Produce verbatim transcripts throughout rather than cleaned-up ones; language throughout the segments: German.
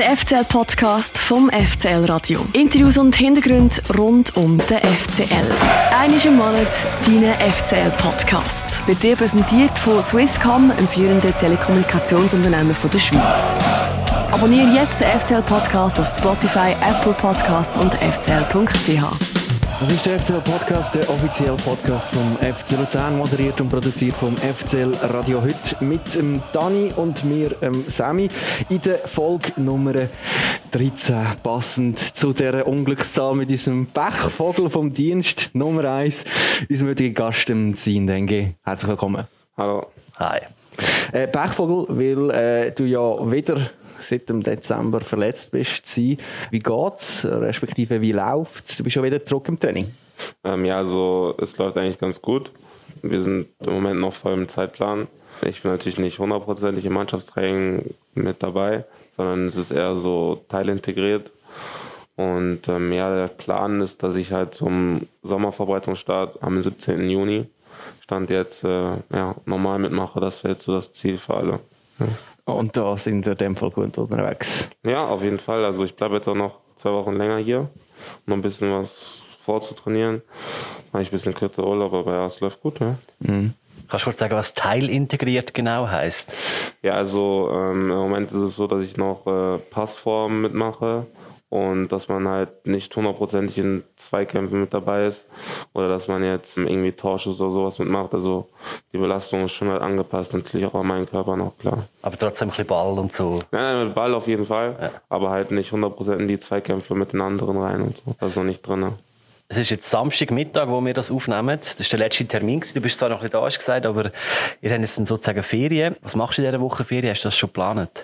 Der F C L-Podcast vom F C L-Radio. Interviews und Hintergründe rund um den F C L. Einmal im Monat dein F C L-Podcast. Wird dir präsentiert von Swisscom, einem führenden Telekommunikationsunternehmen der Schweiz. Abonniere jetzt den F C L-Podcast auf Spotify, Apple Podcast und f c l punkt c h. Das ist der F C L-Podcast, der offizielle Podcast vom F C Luzern, moderiert und produziert vom F C L-Radio. Heute mit ähm, Dani und mir, ähm, Sammy, in der Folge Nummer dreizehn, passend zu dieser Unglückszahl mit unserem Pechvogel vom Dienst Nummer eins, unserem heutigen Gast, dem Zin Denge. Herzlich willkommen. Hallo. Hi. Äh, Pechvogel, weil äh, du ja wieder seit dem Dezember verletzt bist, sein. Wie geht's? Respektive wie läuft's? Du bist schon wieder zurück im Training. Ähm, ja, also es läuft eigentlich ganz gut. Wir sind im Moment noch voll im Zeitplan. Ich bin natürlich nicht hundertprozentig im Mannschaftstraining mit dabei, sondern es ist eher so teilintegriert. Und ähm, ja, der Plan ist, dass ich halt zum Sommervorbereitungsstart am siebzehnten Juni Stand jetzt äh, ja, normal mitmache. Das wäre jetzt so das Ziel für alle. Ja. Und da sind wir in dem Fall gut unterwegs. Ja, auf jeden Fall. Also ich bleibe jetzt auch noch zwei Wochen länger hier, um noch ein bisschen was vorzutrainieren. Habe ich ein bisschen kürzer Urlaub, aber ja, es läuft gut. Ja. Mhm. Kannst du kurz sagen, was teilintegriert genau heisst? Ja, also ähm, im Moment ist es so, dass ich noch äh, Passformen mitmache und dass man halt nicht hundertprozentig in Zweikämpfen mit dabei ist oder dass man jetzt irgendwie Torschuss oder sowas mitmacht. Also die Belastung ist schon halt angepasst, natürlich auch an meinen Körper noch, klar. Aber trotzdem ein bisschen Ball und so? Nein, nein, mit Ball auf jeden Fall, ja. Aber halt nicht hundertprozentig in die Zweikämpfe mit den anderen rein und so. Das ist noch nicht drin. Es ist jetzt Samstagmittag, wo wir das aufnehmen. Das war der letzte Termin. Du bist zwar noch nicht da, hast gesagt, aber ihr habt jetzt sozusagen Ferien. Was machst du in dieser Woche Ferien? Hast du das schon geplant?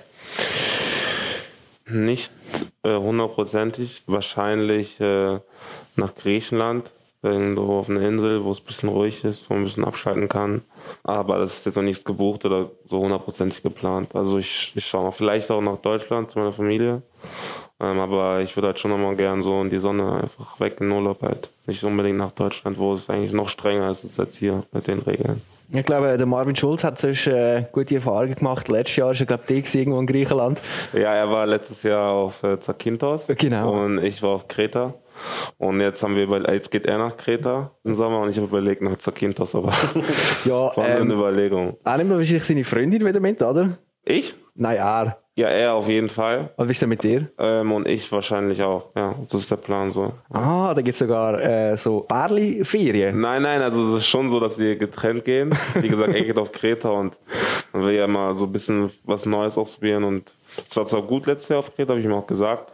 Nicht äh, hundertprozentig. Wahrscheinlich äh, nach Griechenland. Irgendwo auf einer Insel, wo es ein bisschen ruhig ist, wo man ein bisschen abschalten kann. Aber das ist jetzt noch nichts gebucht oder so hundertprozentig geplant. Also ich, ich schaue mal, vielleicht auch nach Deutschland zu meiner Familie. Ähm, aber ich würde halt schon nochmal gern so in die Sonne einfach weg in Urlaub halt. Nicht unbedingt nach Deutschland, wo es eigentlich noch strenger ist als hier mit den Regeln. Ich glaube, der Marvin Schulz hat sonst äh, gute Erfahrungen gemacht. Letztes Jahr war er, glaube ich, irgendwo in Griechenland. Ja, er war letztes Jahr auf äh, Zakynthos. Genau. Und ich war auf Kreta. Und jetzt haben wir überlegt, jetzt geht er nach Kreta im Sommer und ich habe überlegt nach Zakynthos, aber ja, war ähm, eine Überlegung. Er nimmt wahrscheinlich seine Freundin wieder mit, oder? Ich? Nein, er. Ja, er auf jeden Fall. Und wie ist er mit dir? Ähm, und ich wahrscheinlich auch. Ja, das ist der Plan so. Ah, da gibt es sogar äh, so Bärli-Ferien. Nein, nein, also es ist schon so, dass wir getrennt gehen. Wie gesagt, er geht auf Kreta und man will ja mal so ein bisschen was Neues ausprobieren. Und es war zwar gut letztes Jahr auf Kreta, habe ich ihm auch gesagt.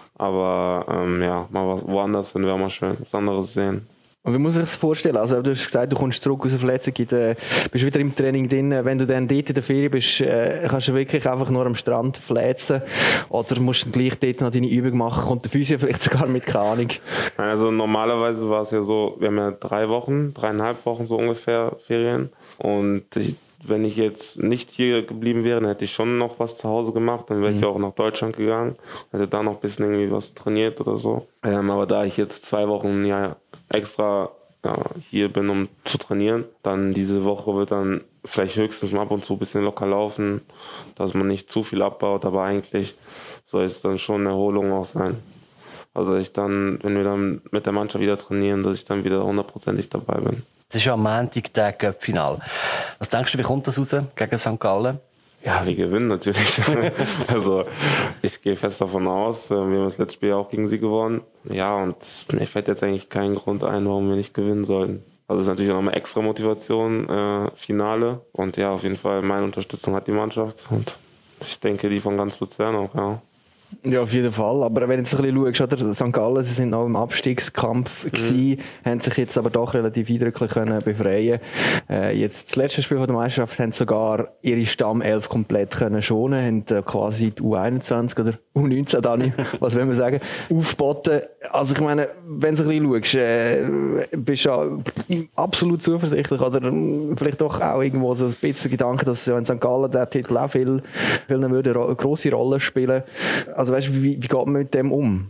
Aber ähm, ja, mal was woanders hin wäre mal schön. Was anderes sehen. Und wie muss ich das vorstellen? Also, du hast gesagt, du kommst zurück aus der Verletzung, äh, bist wieder im Training drin. Wenn du dann dort in der Ferien bist, äh, kannst du wirklich einfach nur am Strand verletzen? Oder musst du gleich dort noch deine Übung machen? Kommt der Physio vielleicht sogar mit, keine Ahnung? Also normalerweise war es ja so, wir haben ja drei Wochen, dreieinhalb Wochen so ungefähr Ferien. Und ich, wenn ich jetzt nicht hier geblieben wäre, dann hätte ich schon noch was zu Hause gemacht. Dann wäre mhm. ich auch nach Deutschland gegangen, hätte da noch ein bisschen irgendwie was trainiert oder so. Ähm, aber da ich jetzt zwei Wochen ja extra ja, hier bin, um zu trainieren, dann diese Woche wird dann vielleicht höchstens mal ab und zu ein bisschen locker laufen, dass man nicht zu viel abbaut, aber eigentlich soll es dann schon eine Erholung auch sein. Also dass ich dann, wenn wir dann mit der Mannschaft wieder trainieren, dass ich dann wieder hundertprozentig dabei bin. Es ist ja am Montag der Cup-Final. Was denkst du, wie kommt das raus gegen Sankt Gallen? Ja, wir gewinnen natürlich. Also ich gehe fest davon aus. Wir haben das letzte Spiel auch gegen sie gewonnen. Ja, und mir fällt jetzt eigentlich kein Grund ein, warum wir nicht gewinnen sollten. Also es ist natürlich auch nochmal extra Motivation, äh, Finale. Und ja, auf jeden Fall meine Unterstützung hat die Mannschaft. Und ich denke, die von ganz Luzern auch, ja. Ja, auf jeden Fall. Aber wenn du jetzt ein bisschen schaust, oder? Sankt Gallen, sie sind noch im Abstiegskampf mhm. gewesen, haben sich jetzt aber doch relativ eindrücklich können befreien. Äh, jetzt das letzte Spiel von der Meisterschaft haben sogar ihre Stammelf komplett können schonen, haben äh, quasi die U einundzwanzig oder U neunzehn, Dani, was will man sagen, aufgeboten. Also ich meine, wenn du ein bisschen schaust, äh, bist du ja absolut zuversichtlich oder vielleicht doch auch irgendwo so ein bisschen Gedanke, dass ja in Sankt Gallen der Titel auch viel, viel eine grosse Rolle spielen. Also weißt du, wie, wie geht man mit dem um?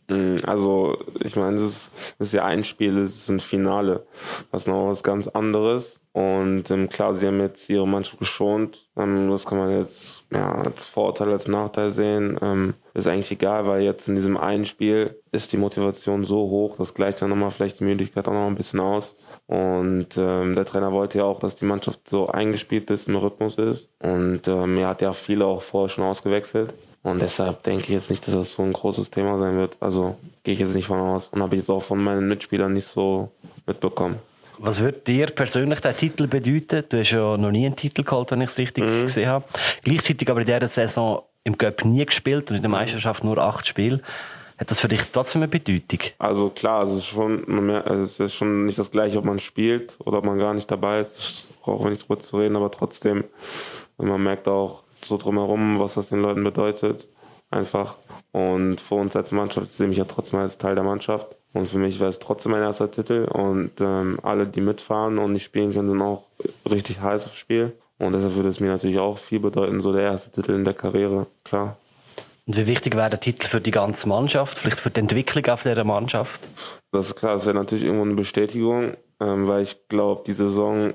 Also, ich meine, es ist, es ist ja ein Spiel, es ist ein Finale. Das ist noch was ganz anderes. Und ähm, klar, sie haben jetzt ihre Mannschaft geschont. Ähm, das kann man jetzt ja, als Vorteil, als Nachteil sehen. Ähm, ist eigentlich egal, weil jetzt in diesem einen Spiel ist die Motivation so hoch, das gleicht dann nochmal vielleicht die Müdigkeit auch noch ein bisschen aus. Und ähm, der Trainer wollte ja auch, dass die Mannschaft so eingespielt ist, im Rhythmus ist. Und ähm, er hat ja viele auch vorher schon ausgewechselt. Und deshalb denke ich jetzt nicht, dass das so ein großes Thema sein wird. Also gehe ich jetzt nicht von aus. Und habe ich jetzt auch von meinen Mitspielern nicht so mitbekommen. Was wird dir persönlich der Titel bedeuten? Du hast ja noch nie einen Titel geholt, wenn ich es richtig mhm. gesehen habe. Gleichzeitig aber in dieser Saison im Cup nie gespielt und in der Meisterschaft nur acht Spiele. Hat das für dich trotzdem eine Bedeutung? Also klar, es ist schon, man merkt, es ist schon nicht das Gleiche, ob man spielt oder ob man gar nicht dabei ist. Das brauchen wir nicht drüber zu reden, aber trotzdem, man merkt auch so drumherum, was das den Leuten bedeutet. Einfach. Und für uns als Mannschaft, ich sehe mich ja trotzdem als Teil der Mannschaft. Und für mich wäre es trotzdem mein erster Titel. Und ähm, alle, die mitfahren und nicht spielen können, sind auch richtig heiß aufs Spiel. Und deshalb würde es mir natürlich auch viel bedeuten, so der erste Titel in der Karriere, klar. Und wie wichtig wäre der Titel für die ganze Mannschaft, vielleicht für die Entwicklung auf dieser Mannschaft? Das ist klar, das wäre natürlich irgendwo eine Bestätigung, ähm, weil ich glaube, die Saison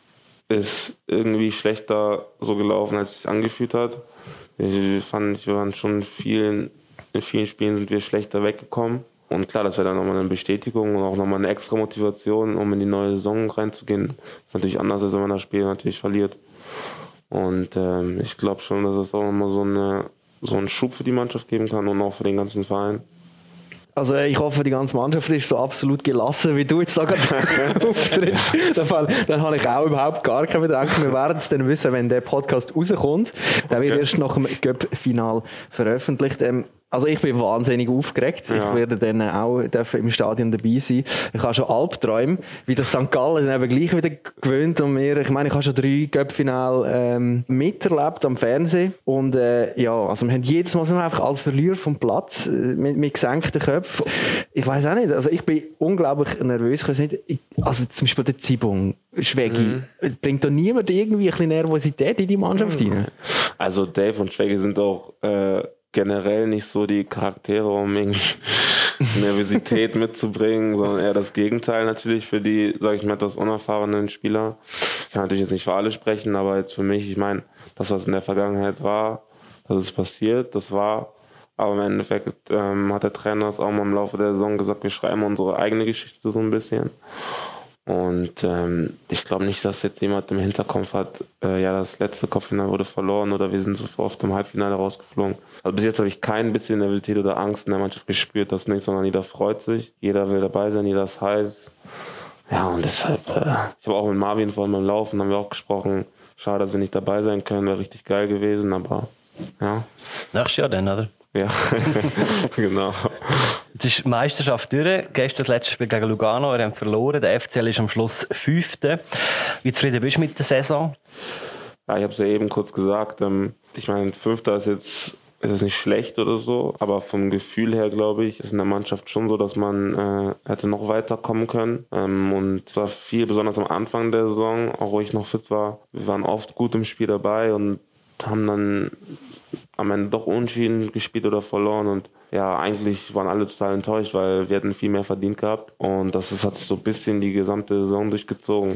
ist irgendwie schlechter so gelaufen, als es sich angefühlt hat. Ich fand, wir waren schon in vielen, in vielen Spielen sind wir schlechter weggekommen. Und klar, das wäre dann nochmal eine Bestätigung und auch nochmal eine extra Motivation, um in die neue Saison reinzugehen. Das ist natürlich anders, als wenn man das Spiel natürlich verliert. Und ähm, ich glaube schon, dass es auch nochmal so, eine, so einen Schub für die Mannschaft geben kann und auch für den ganzen Verein. Also ich hoffe, die ganze Mannschaft ist so absolut gelassen, wie du jetzt da gerade auftrittst. Dann, dann habe ich auch überhaupt gar keine Bedenken. Wir werden es dann wissen, wenn der Podcast rauskommt. Der okay. wird erst nach dem Cup-Final veröffentlicht. Ähm, Also ich bin wahnsinnig aufgeregt. Ja. Ich werde dann auch im Stadion dabei sein. Ich habe schon Albträume, wie das Sankt Gallen dann eben gleich wieder gewöhnt und mir. Ich meine, ich habe schon drei Cup-Finale ähm, miterlebt am Fernsehen. Und äh, ja, also wir haben jedes Mal einfach als Verlierer vom Platz äh, mit, mit gesenkten Köpfen. Ich weiß auch nicht. Also ich bin unglaublich nervös. Ich weiß nicht. Ich, also zum Beispiel der Zibung, Schweggi, mhm. bringt da niemand irgendwie ein bisschen Nervosität in die Mannschaft mhm. rein? Also Dave und Schweggi sind auch äh, generell nicht so die Charaktere, um irgendwie Nervosität mitzubringen, sondern eher das Gegenteil natürlich für die, sage ich mal, etwas unerfahrenen Spieler. Ich kann natürlich jetzt nicht für alle sprechen, aber jetzt für mich, ich meine, das, was in der Vergangenheit war, das ist passiert, das war, aber im Endeffekt ähm, hat der Trainer das auch mal im Laufe der Saison gesagt, wir schreiben unsere eigene Geschichte so ein bisschen. Und ähm, ich glaube nicht, dass jetzt jemand im Hinterkopf hat, äh, ja, das letzte Kopffinale wurde verloren oder wir sind so oft im Halbfinale rausgeflogen. Also bis jetzt habe ich kein bisschen Nervosität oder Angst in der Mannschaft gespürt, das nicht, sondern jeder freut sich, jeder will dabei sein, jeder ist heiß. Ja, und deshalb, äh, ich habe auch mit Marvin vorhin beim Laufen, haben wir auch gesprochen, schade, dass wir nicht dabei sein können, wäre richtig geil gewesen, aber ja. Nächstes Jahr dann, oder? Ja, genau. Jetzt ist die Meisterschaft durch. Gestern das letzte Spiel gegen Lugano. Wir haben verloren. Der F C L ist am Schluss Fünfte. Wie zufrieden bist du mit der Saison? Ja, ich habe es ja eben kurz gesagt. Ich meine, Fünfter ist jetzt ist es nicht schlecht oder so, aber vom Gefühl her, glaube ich, ist in der Mannschaft schon so, dass man äh, hätte noch weiterkommen können. Ähm, und es war viel, besonders am Anfang der Saison, auch wo ich noch fit war. Wir waren oft gut im Spiel dabei und haben dann am Ende doch unentschieden gespielt oder verloren und ja, eigentlich waren alle total enttäuscht, weil wir hätten viel mehr verdient gehabt und das ist, hat so ein bisschen die gesamte Saison durchgezogen.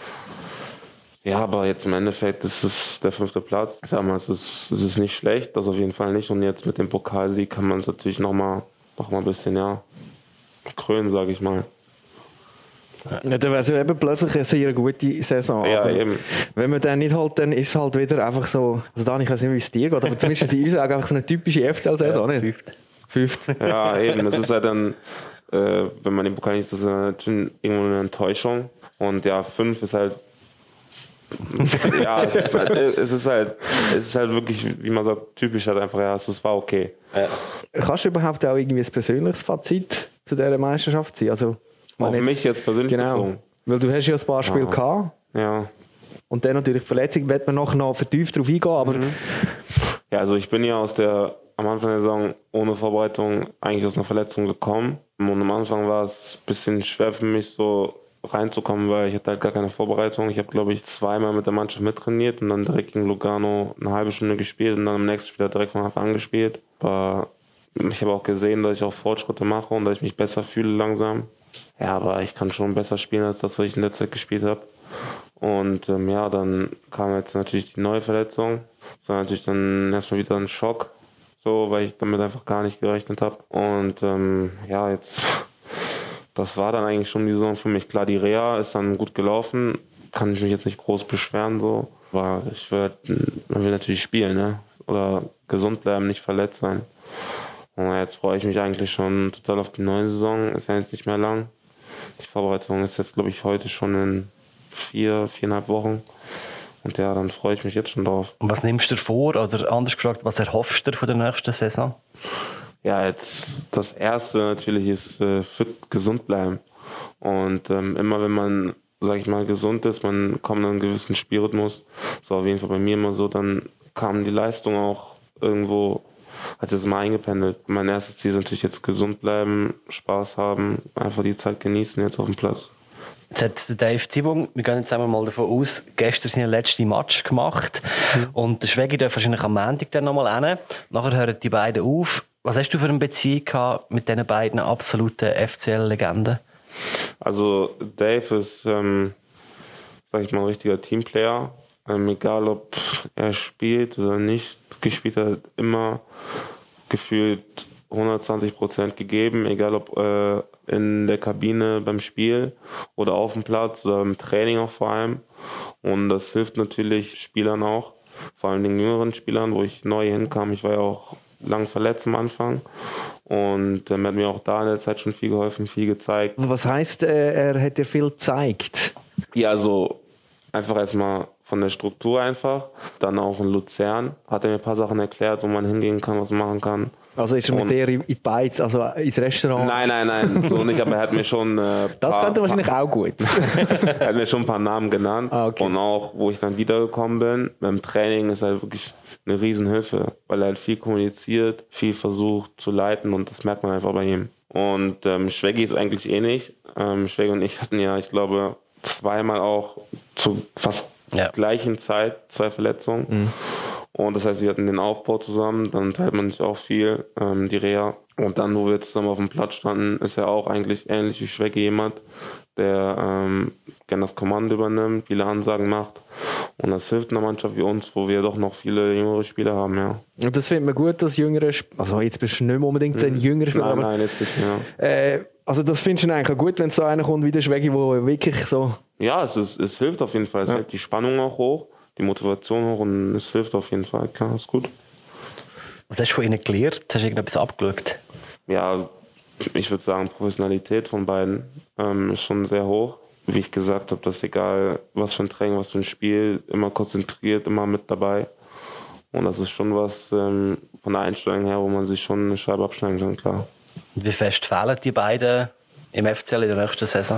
Ja, aber jetzt im Endeffekt ist es der fünfte Platz. Ich sag mal, es ist, es ist nicht schlecht, das auf jeden Fall nicht und jetzt mit dem Pokalsieg kann man es natürlich nochmal noch mal ein bisschen, ja, krönen, sage ich mal. Ja, dann wäre es eben plötzlich eine sehr gute Saison. Ja, aber eben. Wenn man dann nicht halt, dann ist es halt wieder einfach so, also da, ich weiß nicht, wie es dir geht, aber zumindest in uns einfach so eine typische F C L-Saison. Ja, fünft. Fünft. Ja, eben. Das ist halt dann, äh, wenn man den Pokal nicht, das ist natürlich irgendwo eine Enttäuschung. Und ja, fünf ist halt, ja, es ist halt, es ist halt, es ist halt wirklich, wie man sagt, typisch halt einfach, ja, es war okay. Ja. Kannst du überhaupt auch irgendwie ein persönliches Fazit zu dieser Meisterschaft ziehen? Also, auf jetzt, mich jetzt persönlich genau, bezogen. Weil du hast ja ein paar Spiele ja. gehabt. Ja. Und dann natürlich Verletzung, wird man nachher noch vertieft drauf eingehen, aber... Mhm. Ja, also ich bin ja aus der, am Anfang der Saison ohne Vorbereitung eigentlich aus einer Verletzung gekommen. Und am Anfang war es ein bisschen schwer für mich so reinzukommen, weil ich hatte halt gar keine Vorbereitung. Ich habe, glaube ich, zweimal mit der Mannschaft mittrainiert und dann direkt gegen Lugano eine halbe Stunde gespielt und dann am nächsten Spiel direkt von Anfang an gespielt. War Ich habe auch gesehen, dass ich auch Fortschritte mache und dass ich mich besser fühle langsam. Ja, aber ich kann schon besser spielen als das, was ich in der Zeit gespielt habe. Und ähm, ja, dann kam jetzt natürlich die neue Verletzung. Das war natürlich dann erstmal wieder ein Schock, so, weil ich damit einfach gar nicht gerechnet habe. Und ähm, ja, jetzt, das war dann eigentlich schon die Saison für mich. Klar, die Reha ist dann gut gelaufen, kann ich mich jetzt nicht groß beschweren, so. Aber ich will, man will natürlich spielen, ne? Oder gesund bleiben, nicht verletzt sein. Und jetzt freue ich mich eigentlich schon total auf die neue Saison. Ist ja jetzt nicht mehr lang. Die Vorbereitung ist jetzt, glaube ich, heute schon in vier, viereinhalb Wochen. Und ja, dann freue ich mich jetzt schon drauf. Und was nimmst du dir vor? Oder anders gefragt, was erhoffst du von der nächsten Saison? Ja, jetzt das Erste natürlich ist äh, fit, gesund bleiben. Und ähm, immer wenn man, sag ich mal, gesund ist, man kommt in einen gewissen Spielrhythmus. So auf jeden Fall bei mir immer so, dann kam die Leistung auch irgendwo, hat es mal eingependelt. Mein erstes Ziel ist natürlich jetzt gesund bleiben, Spaß haben, einfach die Zeit genießen jetzt auf dem Platz. Jetzt hat Dave Zibung, wir gehen jetzt einmal mal davon aus, gestern seinen letzten Match gemacht. Mhm. Und der Schwegi darf wahrscheinlich am Montag dann nochmal hin. Nachher hören die beiden auf. Was hast du für eine Beziehung gehabt mit diesen beiden absoluten F C L-Legenden? Also Dave ist, ähm, sag ich mal, ein richtiger Teamplayer. Ähm, egal, ob er spielt oder nicht, gespielt hat, immer gefühlt hundertzwanzig Prozent gegeben, egal ob äh, in der Kabine beim Spiel oder auf dem Platz oder im Training auch vor allem. Und das hilft natürlich Spielern auch, vor allem den jüngeren Spielern, wo ich neu hinkam. Ich war ja auch lang verletzt am Anfang und ähm, er hat mir auch da in der Zeit schon viel geholfen, viel gezeigt. Was heisst, äh, er hat dir viel gezeigt? Ja, also einfach erstmal von der Struktur einfach. Dann auch in Luzern hat er mir ein paar Sachen erklärt, wo man hingehen kann, was man machen kann. Also ist er mit und dir in die Beiz, also ins Restaurant? Nein, nein, nein, so nicht, aber er hat mir schon äh, das paar, könnte wahrscheinlich paar, auch gut. Er hat mir schon ein paar Namen genannt. Ah, okay. Und auch, wo ich dann wiedergekommen bin, beim Training ist halt wirklich eine Riesenhilfe, weil er halt viel kommuniziert, viel versucht zu leiten und das merkt man einfach bei ihm. Und ähm, Schweggi ist eigentlich ähnlich. Ähm, Schweggi und ich hatten ja, ich glaube, zweimal auch zu fast ja. gleichen Zeit zwei Verletzungen. Mhm. Und das heißt, wir hatten den Aufbau zusammen, dann teilt man sich auch viel, ähm, die Reha. Und dann, wo wir zusammen auf dem Platz standen, ist er auch eigentlich ähnlich wie Schweggi jemand, der ähm, gerne das Kommando übernimmt, viele Ansagen macht. Und das hilft einer Mannschaft wie uns, wo wir doch noch viele jüngere Spieler haben, ja. Und das findet man gut, dass jüngere Sp- also jetzt bist du nicht mehr unbedingt ein jüngerer Spieler, nein, aber... Nein, jetzt nicht mehr. Äh, also das findest du eigentlich auch gut, wenn so einer kommt wie der Schweggi, der wirklich so... Ja, es, ist, es hilft auf jeden Fall. Es ja. hält die Spannung auch hoch, die Motivation hoch und es hilft auf jeden Fall. Klar, ist gut. Was hast du von ihnen gelernt? Hast du irgendetwas abgeschaut? Ja, ich würde sagen, Professionalität von beiden ähm, ist schon sehr hoch. Wie ich gesagt habe, dass egal was für ein Training, was für ein Spiel, immer konzentriert, immer mit dabei. Und das ist schon was ähm, von der Einstellung her, wo man sich schon eine Scheibe abschneiden kann, klar. Wie fest fehlen die beiden im F C L in der nächsten Saison?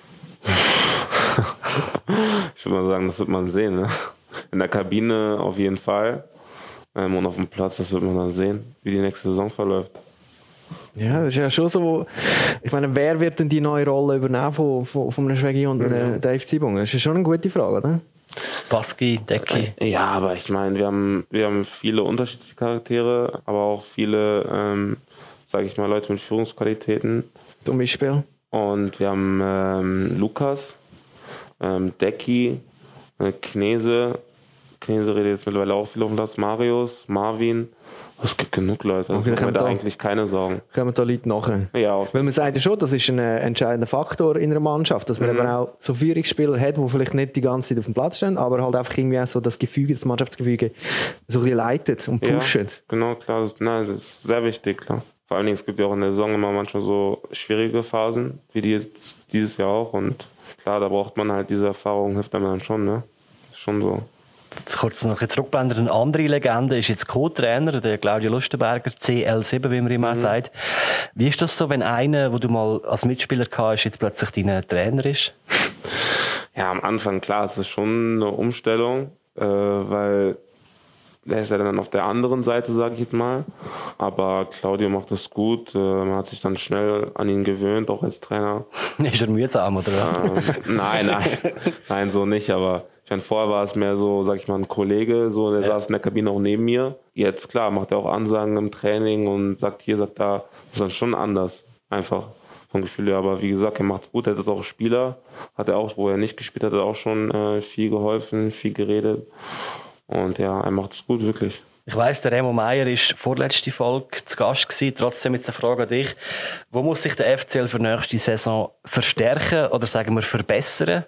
Ich würde mal sagen, das wird man sehen. Ne? In der Kabine auf jeden Fall. Ähm, und auf dem Platz, das wird man dann sehen, wie die nächste Saison verläuft. Ja, das ist ja schon so. Ich meine, wer wird denn die neue Rolle übernehmen von, von, von einem Schweggi und einem mhm. Dave Zibung? Das ist schon eine gute Frage, oder? Baski, Decki. Ja, aber ich meine, wir haben, wir haben viele unterschiedliche Charaktere, aber auch viele, ähm, sage ich mal, Leute mit Führungsqualitäten. Zum Beispiel? Und wir haben ähm, Lukas, ähm, Decki, äh, Knese. Knese redet jetzt mittlerweile auch viel auf dem Platz. Marius, Marvin. Es gibt genug Leute. Also machen wir da eigentlich keine Sorgen. Kommen da Leute nachher? Ja. Weil man sagt ja schon, das ist ein entscheidender Faktor in einer Mannschaft, dass man mhm. eben auch so Führungsspieler hat, die vielleicht nicht die ganze Zeit auf dem Platz stehen, aber halt einfach irgendwie auch so das Gefüge, das Mannschaftsgefüge so ein bisschen leitet und pusht. Ja, genau, klar. Das, nein, das ist sehr wichtig, klar. Vor allen Dingen, es gibt ja auch in der Saison immer manchmal so schwierige Phasen, wie die jetzt dieses Jahr auch. Und klar, da braucht man halt diese Erfahrung, hilft einem dann schon, ne? Ist schon so. Jetzt kurz noch zurückblenden. Eine andere Legende ist jetzt Co-Trainer, der Claudio Lustenberger, C L sieben, wie man immer mhm. sagt. Wie ist das so, wenn einer, wo du mal als Mitspieler hast, jetzt plötzlich dein Trainer ist? Ja, am Anfang, klar, es ist schon eine Umstellung, äh, weil der ist ja dann auf der anderen Seite, sage ich jetzt mal. Aber Claudio macht das gut. Man hat sich dann schnell an ihn gewöhnt, auch als Trainer. Ist er mühsam, oder? Ähm, nein, nein. Nein, so nicht. Aber ich Ich meine, vorher war es mehr so, sag ich mal, ein Kollege, so, der ja. saß in der Kabine auch neben mir. Jetzt, klar, macht er auch Ansagen im Training und sagt hier, sagt da. Das ist dann schon anders, einfach vom Gefühl her. Aber wie gesagt, er macht's gut, er ist auch Spieler. Hat er auch, wo er nicht gespielt hat, hat er auch schon äh, viel geholfen, viel geredet. Und ja, er macht es gut, wirklich. Ich weiss, der Remo Meier war vorletzte Folge zu Gast gewesen. Trotzdem jetzt eine Frage an dich. Wo muss sich der F C L für nächste Saison verstärken oder sagen wir verbessern?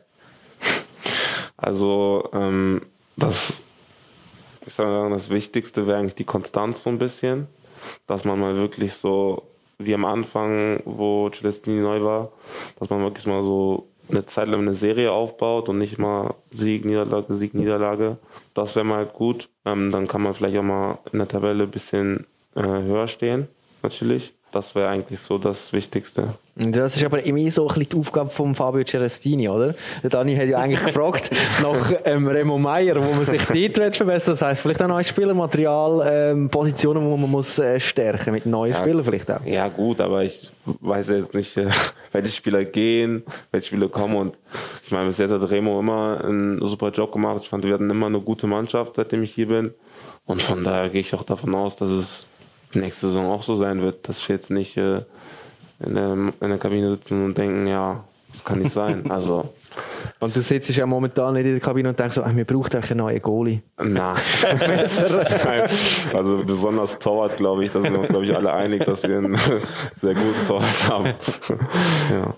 Also, ähm, das, ich sage mal, das Wichtigste wäre eigentlich die Konstanz so ein bisschen. Dass man mal wirklich so, wie am Anfang, wo Celestini neu war, dass man wirklich mal so eine Zeit lang eine Serie aufbaut und nicht mal Sieg, Niederlage, Sieg, Niederlage. Das wäre mal halt gut. Ähm, dann kann man vielleicht auch mal in der Tabelle ein bisschen äh, höher stehen, natürlich. Das wäre eigentlich so das Wichtigste. Das ist aber immer so ein bisschen die Aufgabe von Fabio Celestini, oder? Der Dani hat ja eigentlich gefragt nach ähm, Remo Meier, wo man sich dort verbessern will. Das heisst, vielleicht auch neues Spielermaterial, ähm, Positionen, wo man muss äh, stärken mit neuen ja, Spielern vielleicht auch. Ja gut, aber ich weiß ja jetzt nicht, äh, welche Spieler gehen, welche Spieler kommen. Und ich meine, bis jetzt hat Remo immer einen super Job gemacht. Ich fand, wir hatten immer eine gute Mannschaft, seitdem ich hier bin. Und von daher gehe ich auch davon aus, dass es nächste Saison auch so sein wird, dass wir jetzt nicht äh, in, der, in der Kabine sitzen und denken, ja, das kann nicht sein. Also, und du sitzt ja momentan nicht in der Kabine und denkst so, ach, wir brauchen eigentlich einen neuen Goalie. Nein. Besser. Nein. Also besonders Torwart, glaube ich, da sind wir uns, glaube ich, alle einig, dass wir einen sehr guten Torwart haben. Ja.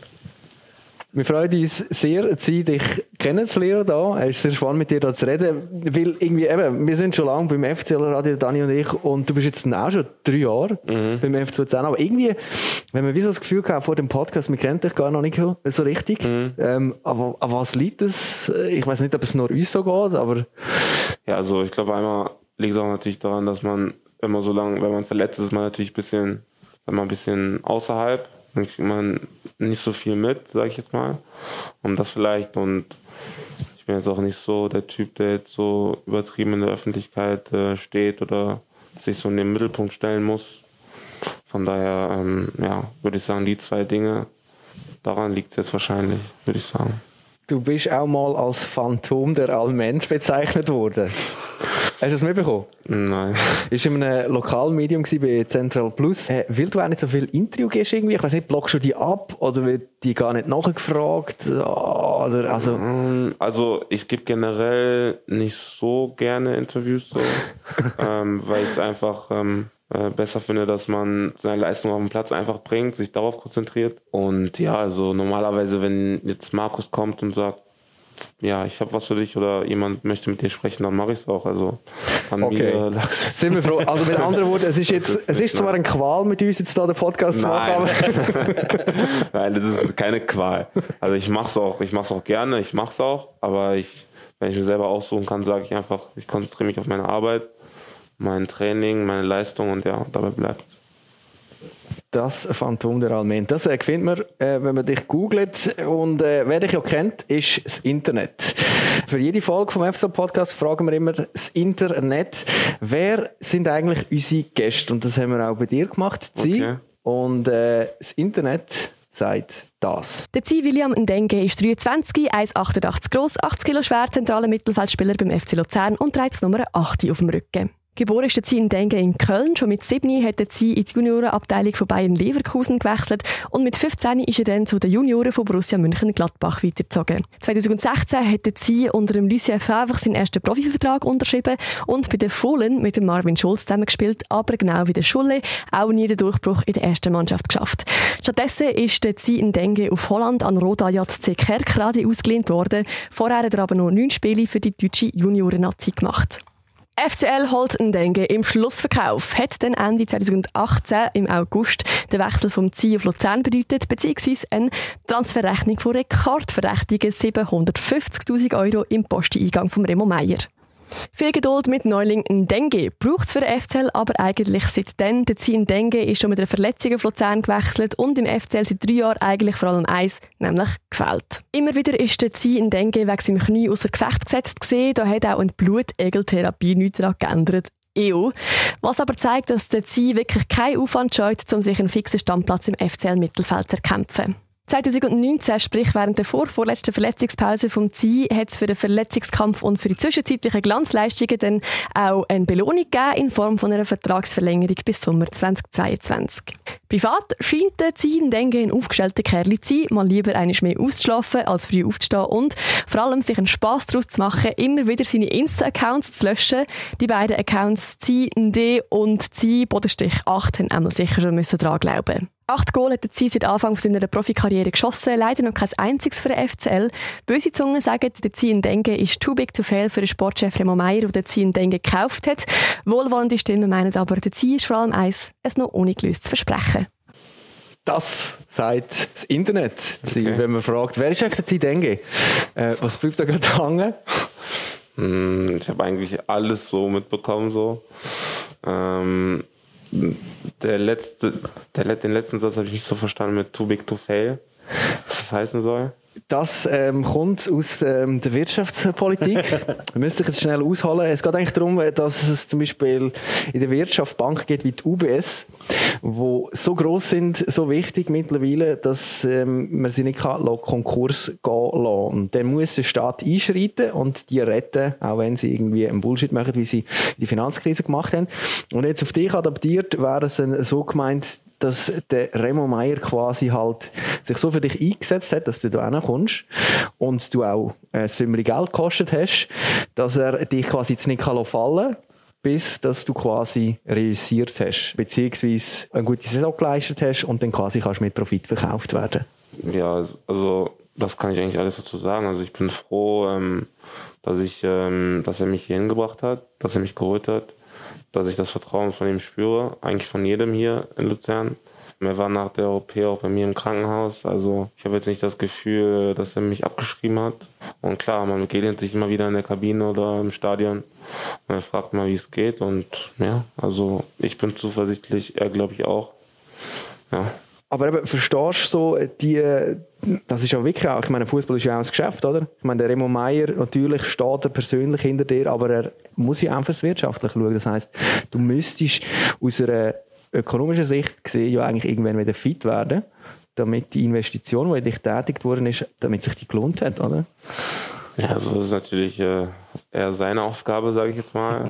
Wir freuen uns sehr, dich kennenzulernen da. Es ist sehr spannend, mit dir da zu reden. Weil irgendwie eben, wir sind schon lange beim F C L Radio, Dani und ich, und du bist jetzt auch schon drei Jahre mhm. beim F C Luzern. Aber irgendwie, wenn man wie so das Gefühl gehabt vor dem Podcast, wir kennen dich gar noch nicht so richtig. Mhm. Ähm, aber an was liegt es? Ich weiß nicht, ob es nur uns so geht, aber... Ja, also ich glaube, einmal liegt es auch natürlich daran, dass man immer so lange, wenn man verletzt ist, ist man natürlich ein bisschen, wenn man ein bisschen außerhalb. Dann kriegt man nicht so viel mit, sage ich jetzt mal. Und das vielleicht, und ich bin jetzt auch nicht so der Typ, der jetzt so übertrieben in der Öffentlichkeit äh, steht oder sich so in den Mittelpunkt stellen muss. Von daher, ähm, ja, würde ich sagen, die zwei Dinge, daran liegt es jetzt wahrscheinlich, würde ich sagen. Du bist auch mal als Phantom der Alment bezeichnet worden. Hast du das mitbekommen? Nein. Ich war in einem Lokalmedium bei Central Plus. Äh, weil du auch nicht so viel Interview gibst irgendwie, ich weiss nicht, blockst du die ab oder wird die gar nicht nachgefragt? Oder, also, also ich gebe generell nicht so gerne Interviews, so, ähm, weil ich es einfach ähm, äh, besser finde, dass man seine Leistung auf den Platz einfach bringt, sich darauf konzentriert. Und ja, also normalerweise, wenn jetzt Markus kommt und sagt, ja, ich habe was für dich oder jemand möchte mit dir sprechen, dann mache ich es auch. Also an okay. mir lag es. Sind wir froh. Also mit anderen Worten, es ist jetzt, ist es ist zwar eine Qual, mit uns jetzt da den Podcast zu machen, aber nein, das ist keine Qual. Also ich mache es auch, ich mache es auch gerne, ich mache es auch, aber ich, wenn ich mir selber aussuchen kann, sage ich einfach, ich konzentriere mich auf meine Arbeit, mein Training, meine Leistung und ja, dabei bleibt es. Das Phantom der Alment. Das äh, findet man, äh, wenn man dich googelt. Und äh, wer dich ja kennt, ist das Internet. Für jede Folge vom F C L-Podcast fragen wir immer das Internet. Wer sind eigentlich unsere Gäste? Und das haben wir auch bei dir gemacht, Zi. Okay. Und äh, das Internet sagt das. Der Zi William Ndenge ist dreiundzwanzig, eins Komma achtundachtzig groß, achtzig Kilo schwer, zentraler Mittelfeldspieler beim F C Luzern und trägt Nummer achtzig auf dem Rücken. Geboren ist der Zi Ndenge in Köln. Schon mit sieben hat der Zi in die Juniorenabteilung von Bayern Leverkusen gewechselt und mit fünfzehn ist er dann zu den Junioren von Borussia Mönchengladbach weitergezogen. zweitausendsechzehn hat der Zi unter dem Lucien Favre seinen ersten Profivertrag unterschrieben und bei den Fohlen mit dem Marvin Schulz zusammengespielt, aber genau wie der Schulle auch nie den Durchbruch in der ersten Mannschaft geschafft. Stattdessen ist der Zi Ndenge auf Holland an Roda J C Kerkrade ausgelehnt worden. Vorher hat er aber noch neun Spiele für die deutsche Junioren-Nazi gemacht. F C L holt Ndenge im Schlussverkauf. Hat dann Ende zweitausendachtzehn im August den Wechsel vom Zi auf Luzern bedeutet, beziehungsweise eine Transferrechnung von rekordverdächtigen siebenhundertfünfzigtausend Euro im Posteingang von Remo Meier. Viel Geduld mit Neuling Ndenge braucht es für den F C L aber eigentlich seitdem. Der Zi Ndenge ist schon mit einer Verletzung auf Luzern gewechselt und im F C L seit drei Jahren eigentlich vor allem eins, nämlich gefällt. Immer wieder ist der Zi Ndenge wegen seinem Knie außer Gefecht gesetzt gesehen. Da hat auch eine Blutegeltherapie nichts daran geändert. E U. Was aber zeigt, dass der Zi wirklich keinen Aufwand scheut, um sich einen fixen Stammplatz im F C L-Mittelfeld zu erkämpfen. zwanzig neunzehn, sprich während der vorvorletzten Verletzungspause vom Zii, hat es für den Verletzungskampf und für die zwischenzeitlichen Glanzleistungen dann auch eine Belohnung gegeben in Form von einer Vertragsverlängerung bis Sommer zweitausendzweiundzwanzig. Privat scheint der Zii Ndenge ein aufgestellter Kerl zu sein, mal lieber einmal mehr auszuschlafen als früh aufzustehen und vor allem sich einen Spass daraus zu machen, immer wieder seine Insta-Accounts zu löschen. Die beiden Accounts Zii Nd und Zii acht haben einmal sicher schon müssen dran glauben. Acht Goal hat der Zii seit Anfang seiner Profikarriere geschossen, leider noch kein einziges für den F C L. Böse Zungen sagen, der Zii Ndenge ist too big to fail für den Sportchef Remo Meier, der den Zii Ndenge gekauft hat. Wohlwollende Stimmen meinen aber, der Zii ist vor allem eins, es noch ohne gelöst zu versprechen. Das sagt das Internet, Okay. wenn man fragt, wer ist eigentlich der Zii Ndenge? Äh, was bleibt da gerade hängen? Hm, Ich habe eigentlich alles so mitbekommen. So. Ähm, der letzte, der, den letzten Satz habe ich nicht so verstanden mit too big to fail. Was das heißen soll? Das ähm, kommt aus ähm, der Wirtschaftspolitik. Wir müssen jetzt schnell ausholen. Es geht eigentlich darum, dass es zum Beispiel in der Wirtschaft Banken gibt wie die U B S, die so gross sind, so wichtig mittlerweile, dass ähm, man sie nicht kann, Konkurs gehen lassen. Und dann muss der Staat einschreiten und die retten, auch wenn sie irgendwie einen Bullshit machen, wie sie die Finanzkrise gemacht haben. Und jetzt auf dich adaptiert wäre es so gemeint, dass der Remo Meier quasi halt sich so für dich eingesetzt hat, dass du da hinkommst und du auch ein Sümmchen Geld gekostet hast, dass er dich quasi jetzt nicht fallen kann, bis dass du quasi reüssiert hast, beziehungsweise eine gute Saison geleistet hast und dann quasi kannst mit Profit verkauft werden. Ja, also das kann ich eigentlich alles dazu sagen. Also ich bin froh, ähm, dass ich, ähm, dass er mich hier hingebracht hat, dass er mich geholt hat, dass ich das Vertrauen von ihm spüre, eigentlich von jedem hier in Luzern. Er war nach der O P auch bei mir im Krankenhaus, also ich habe jetzt nicht das Gefühl, dass er mich abgeschrieben hat. Und klar, man begegnet sich immer wieder in der Kabine oder im Stadion und er fragt mal, wie es geht und ja, also ich bin zuversichtlich, er glaube ich auch. Ja. Aber eben, verstehst du so, die, das ist ja wirklich auch, ich meine, Fußball ist ja auch ein Geschäft, oder? Ich meine, der Remo Meier, natürlich steht er persönlich hinter dir, aber er muss ja auch fürs Wirtschaftliche schauen. Das heisst, du müsstest aus einer ökonomischen Sicht gesehen ja eigentlich irgendwann wieder fit werden, damit die Investition, die in dich getätigt worden ist, damit sich die gelohnt hat, oder? Ja, also das ist natürlich äh, eher seine Aufgabe, sage ich jetzt mal.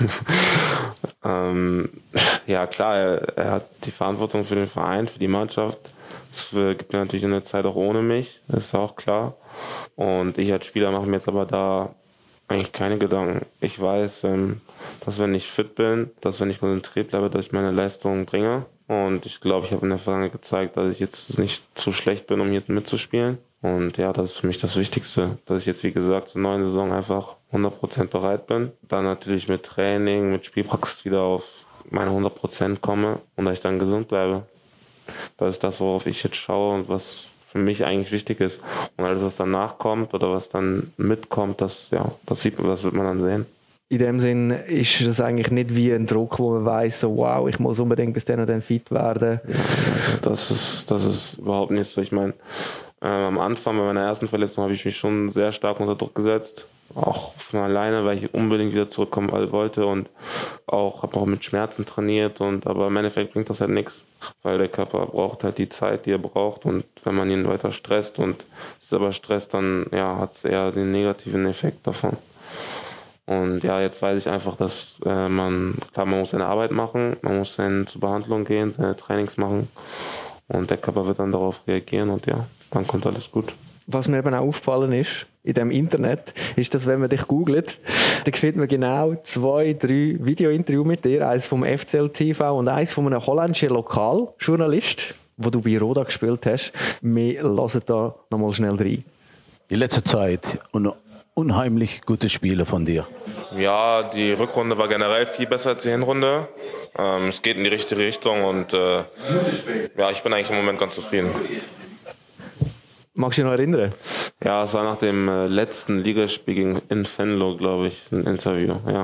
ähm, ja klar, er, er hat die Verantwortung für den Verein, für die Mannschaft. Es gibt natürlich eine Zeit auch ohne mich, das ist auch klar. Und ich als Spieler mache mir jetzt aber da eigentlich keine Gedanken. Ich weiß, ähm, dass wenn ich fit bin, dass wenn ich konzentriert bleibe, dass ich meine Leistung bringe. Und ich glaube, ich habe in der Vergangenheit gezeigt, dass ich jetzt nicht zu schlecht bin, um hier mitzuspielen. Und ja, das ist für mich das Wichtigste, dass ich jetzt, wie gesagt, zur neuen Saison einfach hundert Prozent bereit bin. Dann natürlich mit Training, mit Spielpraxis wieder auf meine hundert Prozent komme und dass ich dann gesund bleibe. Das ist das, worauf ich jetzt schaue und was für mich eigentlich wichtig ist. Und alles, was danach kommt oder was dann mitkommt, das, ja, das sieht man, das wird man dann sehen. In dem Sinn ist das eigentlich nicht wie ein Druck, wo man weiss, so, wow, ich muss unbedingt bis dann und dann fit werden. Ja, also das ist, das ist überhaupt nicht so. Ich meine, äh, am Anfang bei meiner ersten Verletzung habe ich mich schon sehr stark unter Druck gesetzt. Auch von alleine, weil ich unbedingt wieder zurückkommen wollte und auch habe auch mit Schmerzen trainiert. Und aber im Endeffekt bringt das halt nichts, weil der Körper braucht halt die Zeit, die er braucht. Und wenn man ihn weiter stresst und es aber stresst, dann ja, hat es eher den negativen Effekt davon. Und ja, jetzt weiß ich einfach, dass äh, man, klar, man muss seine Arbeit machen, man muss dann zur Behandlung gehen, seine Trainings machen und der Körper wird dann darauf reagieren und ja, dann kommt alles gut. Was mir eben auch aufgefallen ist, in dem Internet, ist, dass wenn man dich googelt, dann findet man genau zwei, drei Video-Interviews mit dir, eins vom F C L T V und eins von einem holländischen Lokaljournalist, wo du bei Roda gespielt hast. Wir hören da nochmal schnell rein. Die letzte Zeit und unheimlich gute Spiele von dir. Ja, die Rückrunde war generell viel besser als die Hinrunde. Ähm, es geht in die richtige Richtung und äh, ja, ich bin eigentlich im Moment ganz zufrieden. Magst du dich noch erinnern? Ja, es war nach dem äh, letzten Ligaspiel gegen in Venlo, glaube ich, ein Interview, ja.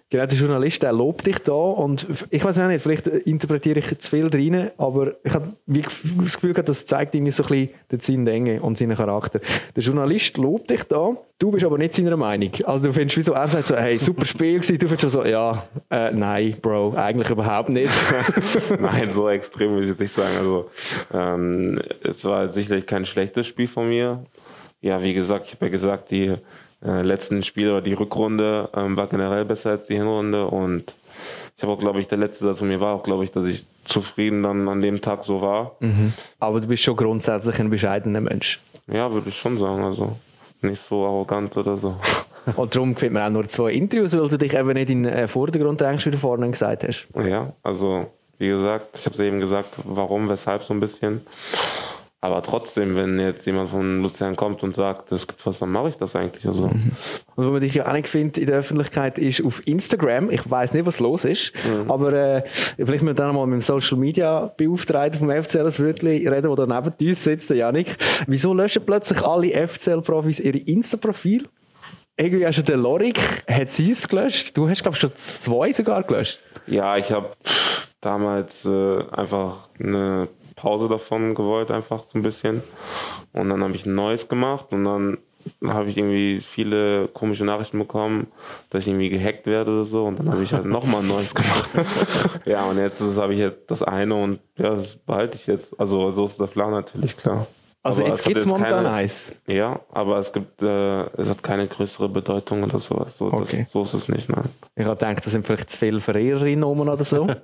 Genau, der Journalist, der lobt dich da und ich weiß auch nicht, vielleicht interpretiere ich zu viel rein, aber ich habe das Gefühl gehabt, das zeigt irgendwie so ein bisschen den Sinn der Enge und seinen Charakter. Der Journalist lobt dich da, du bist aber nicht seiner Meinung. Also du findest, wieso er sagt so, hey, super Spiel gewesen, du findest schon so, ja, äh, nein, Bro, eigentlich überhaupt nicht. Nein, so extrem will ich jetzt nicht sagen. Also ähm, es war sicherlich kein schlechtes Spiel von mir. Ja, wie gesagt, ich habe ja gesagt, die Äh, letzten Spiel oder die Rückrunde ähm, war generell besser als die Hinrunde und ich habe auch, glaube ich, der letzte Satz von mir war auch, glaube ich, dass ich zufrieden dann an dem Tag so war. Mhm. Aber du bist schon grundsätzlich ein bescheidener Mensch. Ja, würde ich schon sagen, also nicht so arrogant oder so. Und darum gefällt mir auch nur zwei Interviews, weil du dich eben nicht in den Vordergrund drängst, wie du vorhin gesagt hast. Ja, also wie gesagt, ich habe es eben gesagt, warum, weshalb so ein bisschen. Aber trotzdem, wenn jetzt jemand von Luzern kommt und sagt, es gibt was, dann mache ich das eigentlich. Also. Mhm. Und wo man dich ja auch nicht findet in der Öffentlichkeit, ist auf Instagram. Ich weiss nicht, was los ist, mhm. aber äh, vielleicht müssen wir dann mal mit dem Social Media Beauftragten vom F C L ein Wörtchen reden, der da neben uns sitzt, der Janik. Wieso löschen plötzlich alle F C L-Profis ihre Insta-Profile? Irgendwie hast du den Lorik, hat sie es gelöscht. Du hast, glaube ich, schon zwei sogar gelöscht. Ja, ich habe damals äh, einfach eine Pause davon gewollt, einfach so ein bisschen. Und dann habe ich ein neues gemacht und dann habe ich irgendwie viele komische Nachrichten bekommen, dass ich irgendwie gehackt werde oder so. Und dann habe ich halt nochmal ein neues gemacht. Ja, und jetzt habe ich jetzt das eine und ja, das behalte ich jetzt. Also so ist der Plan natürlich, klar. Also aber jetzt gibt es momentan keine, eins. Ja, aber es gibt, äh, es hat keine größere Bedeutung oder sowas. So, okay. das, so ist es nicht, nein. Ich habe gedacht, da sind vielleicht zu viele Verehrerinnen rum oder so. nein,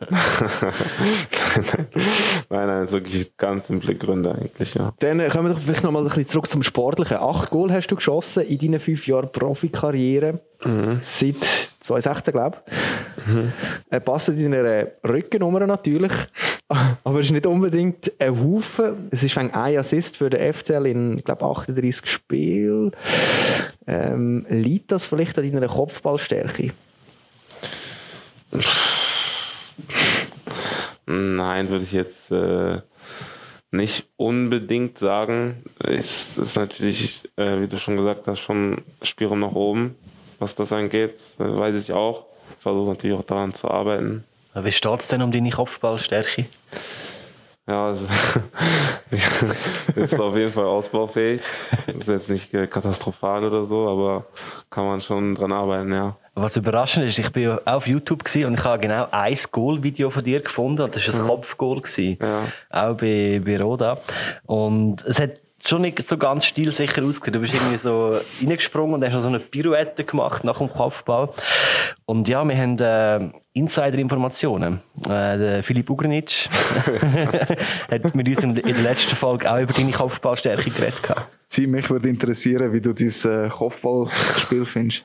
nein, das sind wirklich ganz simple Gründe eigentlich, ja. Dann kommen wir doch vielleicht nochmal ein bisschen zurück zum Sportlichen. Acht Goal hast du geschossen in deinen fünf Jahren Profikarriere. Mhm. Seit zwanzig sechzehn, glaube ich. Mhm. Er passt in deiner Rückennummer natürlich. Aber es ist nicht unbedingt ein Haufen. Es ist ein Assist für den F C L in, glaube ich, achtunddreißig Spielen. Ähm, liegt das vielleicht an deiner Kopfballstärke? Nein, würde ich jetzt äh, nicht unbedingt sagen. Es ist natürlich, äh, wie du schon gesagt hast, schon Spielraum nach oben, was das angeht. Äh, weiß ich auch. Ich versuche natürlich auch daran zu arbeiten. Wie steht es denn um deine Kopfballstärke? Ja, also ist auf jeden Fall ausbaufähig. Ist jetzt nicht katastrophal oder so, aber kann man schon dran arbeiten, ja. Was überraschend ist, ich bin auch auf YouTube und ich habe genau ein Goal-Video von dir gefunden. Das war ein mhm. Kopfgoal. Ja. Auch bei, bei Roda. Und es hat schon nicht so ganz stilsicher ausgesehen. Du bist irgendwie so reingesprungen und hast noch so eine Pirouette gemacht nach dem Kopfball. Und ja, wir haben äh, Insider-Informationen. Äh, der Filip Ugrinic hat mit uns in der letzten Folge auch über deine Kopfballstärke geredet. Sie, mich würde interessieren, wie du dein äh, Kopfballspiel findest.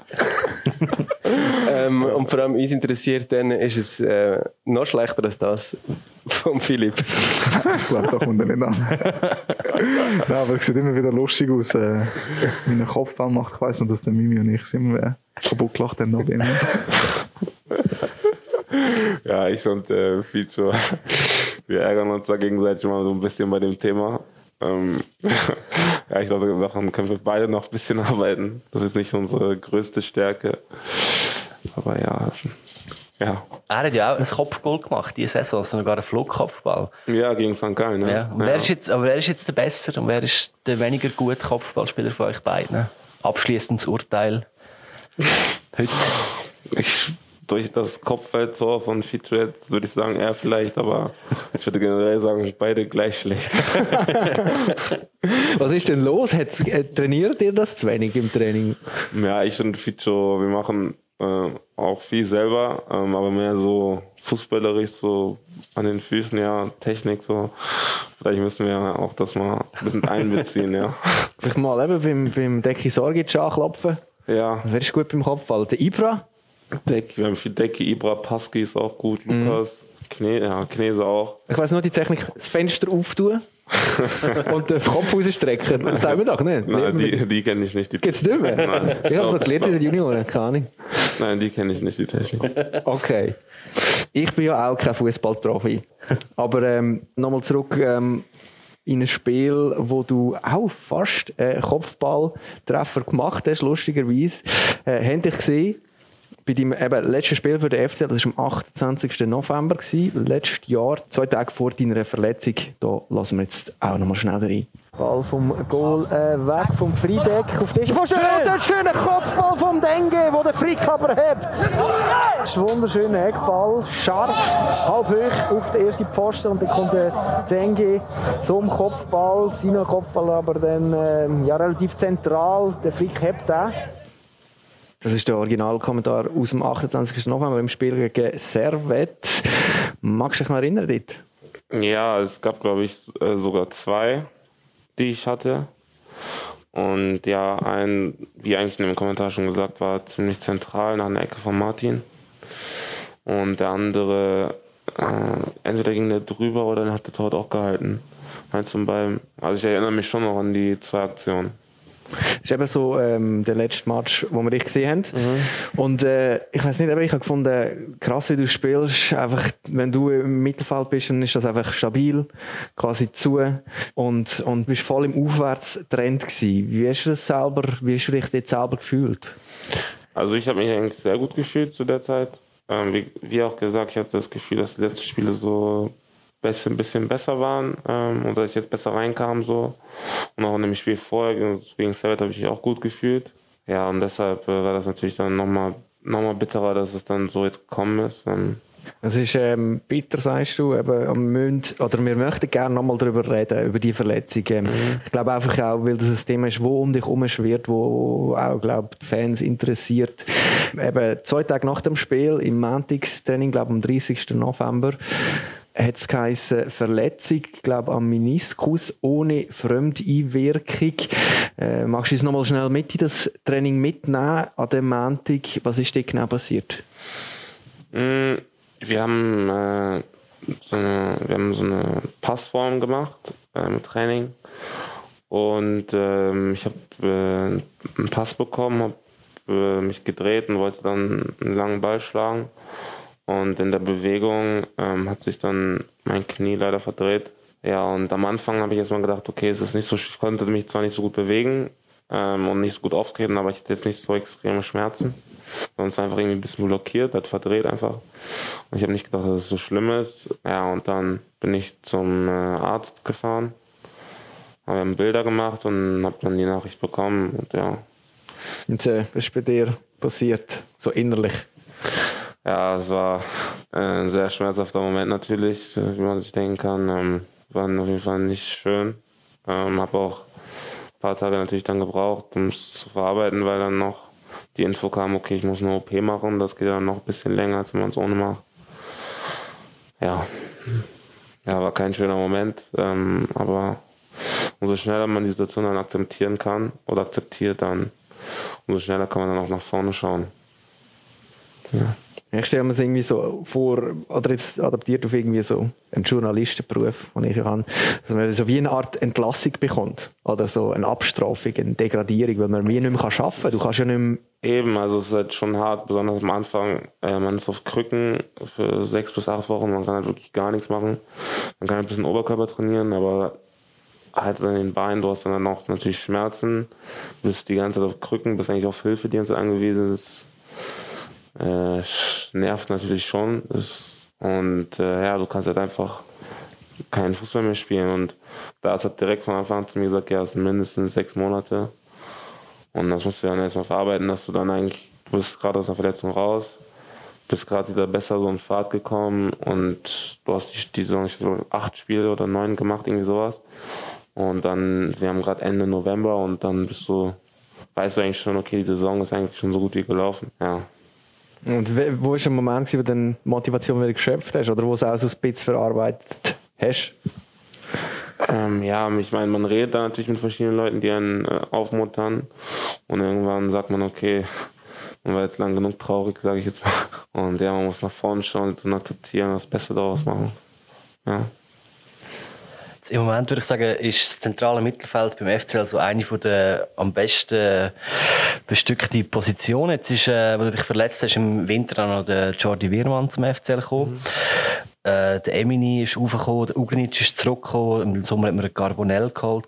ähm, und vor allem uns interessiert, dann ist es äh, noch schlechter als das von Philipp. Ich glaube, da kommt er nicht an. Nein, aber es sieht immer wieder lustig aus, äh, wie ein Kopfball macht. Ich weiss noch, dass der Mimi und ich sind immer äh, kaputt gelacht haben. Noch ja, ich und äh, Feature, wir ärgern uns da gegenseitig mal so ein bisschen bei dem Thema. Ähm, ja, ich glaube, daran können wir beide noch ein bisschen arbeiten. Das ist nicht unsere größte Stärke. Aber ja, ja. Er hat ja auch ein Kopfgoal gemacht, diese Saison, also sogar einen Flugkopfball. Ja, gegen Sankt Gallen. Ja. Ja. Und wer ist jetzt, aber wer ist jetzt der bessere und wer ist der weniger gute Kopfballspieler von euch beiden? Abschließendes Urteil heute. Ich, durch das Kopfballtor von Feature würde ich sagen, er vielleicht, aber ich würde generell sagen, beide gleich schlecht. Was ist denn los? Hat's, äh, trainiert ihr das zu wenig im Training? Ja, ich und Feature, wir machen äh, auch viel selber, ähm, aber mehr so fußballerisch, so an den Füßen, ja, Technik, so. Vielleicht müssen wir ja auch das mal ein bisschen einbeziehen, ja. Vielleicht mal eben beim, beim Decki Sorgic anklopfen. Ja. Wer ist gut beim Kopfball? Der Ibra? Deck, wir haben viel Decke, Ibra, Paski ist auch gut, Lukas, mhm. Kne, ja, Knese auch. Ich weiss nur die Technik, das Fenster auftun und den Kopf rausstrecken. Das sagen wir doch nicht. Nein, die, die kenne ich nicht. Die Gibt's nicht mehr? Nein, ich habe es so gelernt in den Junioren, keine Ahnung. Nein, die kenne ich nicht, die Technik. Okay. Ich bin ja auch kein Fußballprofi. Aber ähm, nochmal zurück ähm, in ein Spiel, wo du auch fast äh, Kopfballtreffer gemacht hast, lustigerweise. Äh, habt ihr gesehen, bei deinem eben, letzten Spiel für den F C L, das war am achtundzwanzigsten November, gewesen, letztes Jahr, zwei Tage vor deiner Verletzung. Da lassen wir jetzt auch noch mal schnell rein. Ball vom Goal äh, weg vom Friedeck auf den Schön, dort schöner Kopfball vom Dengue, wo der Frick aber hebt. Das ist ein wunderschöner Eckball, scharf, halb hoch auf den ersten Pfosten und dann kommt der Dengue zum Kopfball, seiner Kopfball aber dann äh, ja, relativ zentral, der Frick hebt den. Das ist der Originalkommentar aus dem achtundzwanzigsten November im Spiel gegen Servette. Magst du dich noch erinnern dort? Ja, es gab, glaube ich, sogar zwei, die ich hatte. Und ja, ein, wie eigentlich in dem Kommentar schon gesagt, war ziemlich zentral nach einer Ecke von Martin. Und der andere, äh, entweder ging der drüber oder dann hat der Tor auch gehalten. Eins von beiden. Also ich erinnere mich schon noch an die zwei Aktionen. Das ist eben so ähm, der letzte Match, wo wir dich gesehen haben. Mhm. Und äh, ich weiß nicht, aber ich habe gefunden, krass, wie du spielst. Einfach, wenn du im Mittelfeld bist, dann ist das einfach stabil, quasi zu. Und, und bist voll im Aufwärtstrend gewesen. Wie hast du das selber, wie hast du dich dort selber gefühlt? Also ich habe mich eigentlich sehr gut gefühlt zu der Zeit. Ähm, wie, wie auch gesagt, ich hatte das Gefühl, dass die letzten Spiele so ein bisschen besser waren ähm, und dass ich jetzt besser reinkam. So. Und auch in dem Spiel vorher gegen Servette habe ich mich auch gut gefühlt. Ja, und deshalb äh, war das natürlich dann nochmal noch mal bitterer, dass es dann so jetzt gekommen ist. Ähm, Es ist ähm, bitter, sagst du, eben, am Münd, oder wir möchten gerne nochmal darüber reden, über die Verletzung. Ähm, mhm. Ich glaube einfach auch, weil das ein Thema ist, wo um dich herum schwirrt, wo auch, glaube die Fans interessiert. Eben zwei Tage nach dem Spiel, im Montagstraining, glaube am dreißigsten November, hat es geheißen, Verletzung, glaube am Meniskus ohne Fremdeinwirkung. Äh, magst du uns nochmal schnell mit in das Training mitnehmen an dem Montag? Was ist da genau passiert? Mm, wir haben, äh, so eine, wir haben so eine Passform gemacht äh, mit Training. Und ähm, ich habe äh, einen Pass bekommen, habe äh, mich gedreht und wollte dann einen langen Ball schlagen. Und in der Bewegung ähm, hat sich dann mein Knie leider verdreht. Ja, und am Anfang habe ich erstmal gedacht, okay, es ist nicht so, ich konnte mich zwar nicht so gut bewegen ähm, und nicht so gut auftreten, aber ich hatte jetzt nicht so extreme Schmerzen. Sonst einfach irgendwie ein bisschen blockiert, hat verdreht einfach. Und ich habe nicht gedacht, dass es so schlimm ist. Ja, und dann bin ich zum äh, Arzt gefahren, habe Bilder gemacht und habe dann die Nachricht bekommen. Und ja. Und äh, was ist bei dir passiert, so innerlich? Ja, es war äh, ein sehr schmerzhafter Moment natürlich, wie man sich denken kann. Ähm, war auf jeden Fall nicht schön. Ähm, habe auch ein paar Tage natürlich dann gebraucht, um es zu verarbeiten, weil dann noch die Info kam, okay, ich muss eine O P machen. Das geht dann noch ein bisschen länger, als wenn man es ohne macht. Ja. ja, war kein schöner Moment. Ähm, aber umso schneller man die Situation dann akzeptieren kann oder akzeptiert, dann umso schneller kann man dann auch nach vorne schauen. Ja. Ich stelle mir es irgendwie so vor, oder jetzt adaptiert auf irgendwie so einen Journalistenberuf, den ich habe, dass man so wie eine Art Entlassung bekommt. Oder so eine Abstrafung, eine Degradierung, weil man wie nicht mehr arbeiten kann. Du kannst ja nicht mehr... Eben, also es ist halt schon hart, besonders am Anfang. Äh, man ist auf Krücken für sechs bis acht Wochen, man kann halt wirklich gar nichts machen. Man kann ein bisschen Oberkörper trainieren, aber halt an den Beinen, du hast dann auch natürlich Schmerzen, bist die ganze Zeit auf Krücken, bist eigentlich auf Hilfe die ganze Zeit angewiesen. Das Äh, nervt natürlich schon. Das, und äh, ja, du kannst halt einfach keinen Fußball mehr spielen. Und da hat direkt von Anfang an zu mir gesagt, ja, es sind mindestens sechs Monate. Und das musst du dann erstmal verarbeiten, dass du dann eigentlich, du bist gerade aus der Verletzung raus, bist gerade wieder besser so in Fahrt gekommen und du hast die, die Saison, ich glaube, acht Spiele oder neun gemacht, irgendwie sowas. Und dann, wir haben gerade Ende November und dann bist du, weißt du eigentlich schon, okay, die Saison ist eigentlich schon so gut wie gelaufen. Ja. Und wo war der Moment, wo du dann Motivation wieder geschöpft hast oder wo du es auch so ein bisschen verarbeitet hast? Ähm, ja, ich meine, man redet da natürlich mit verschiedenen Leuten, die einen äh, aufmuntern und irgendwann sagt man, okay, man war jetzt lang genug traurig, sage ich jetzt mal. Und ja, man muss nach vorne schauen und akzeptieren, das Beste daraus machen. Ja. Im Moment würde ich sagen, ist das zentrale Mittelfeld beim F C L so eine der am besten bestückten Positionen. Jetzt ist, äh, wo du dich verletzt hast, im Winter auch noch der Jordi Wirmann zum F C L gekommen. Mhm. Äh, der Emini ist raufgekommen, der Ugrinic ist zurückgekommen. Im Sommer hat man einen Carbonell geholt.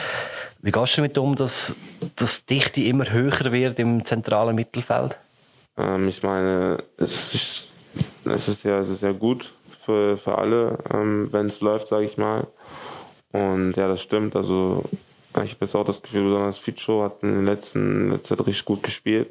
Wie gehst du damit um, dass, dass die Dichte immer höher wird im zentralen Mittelfeld? Ähm, ich meine, es ist, es ist ja, es ist ja gut für, für alle, ähm, wenn es läuft, sage ich mal. Und ja, das stimmt. Also ich habe jetzt auch das Gefühl, besonders Ficho hat in den letzten letzter Zeit richtig gut gespielt.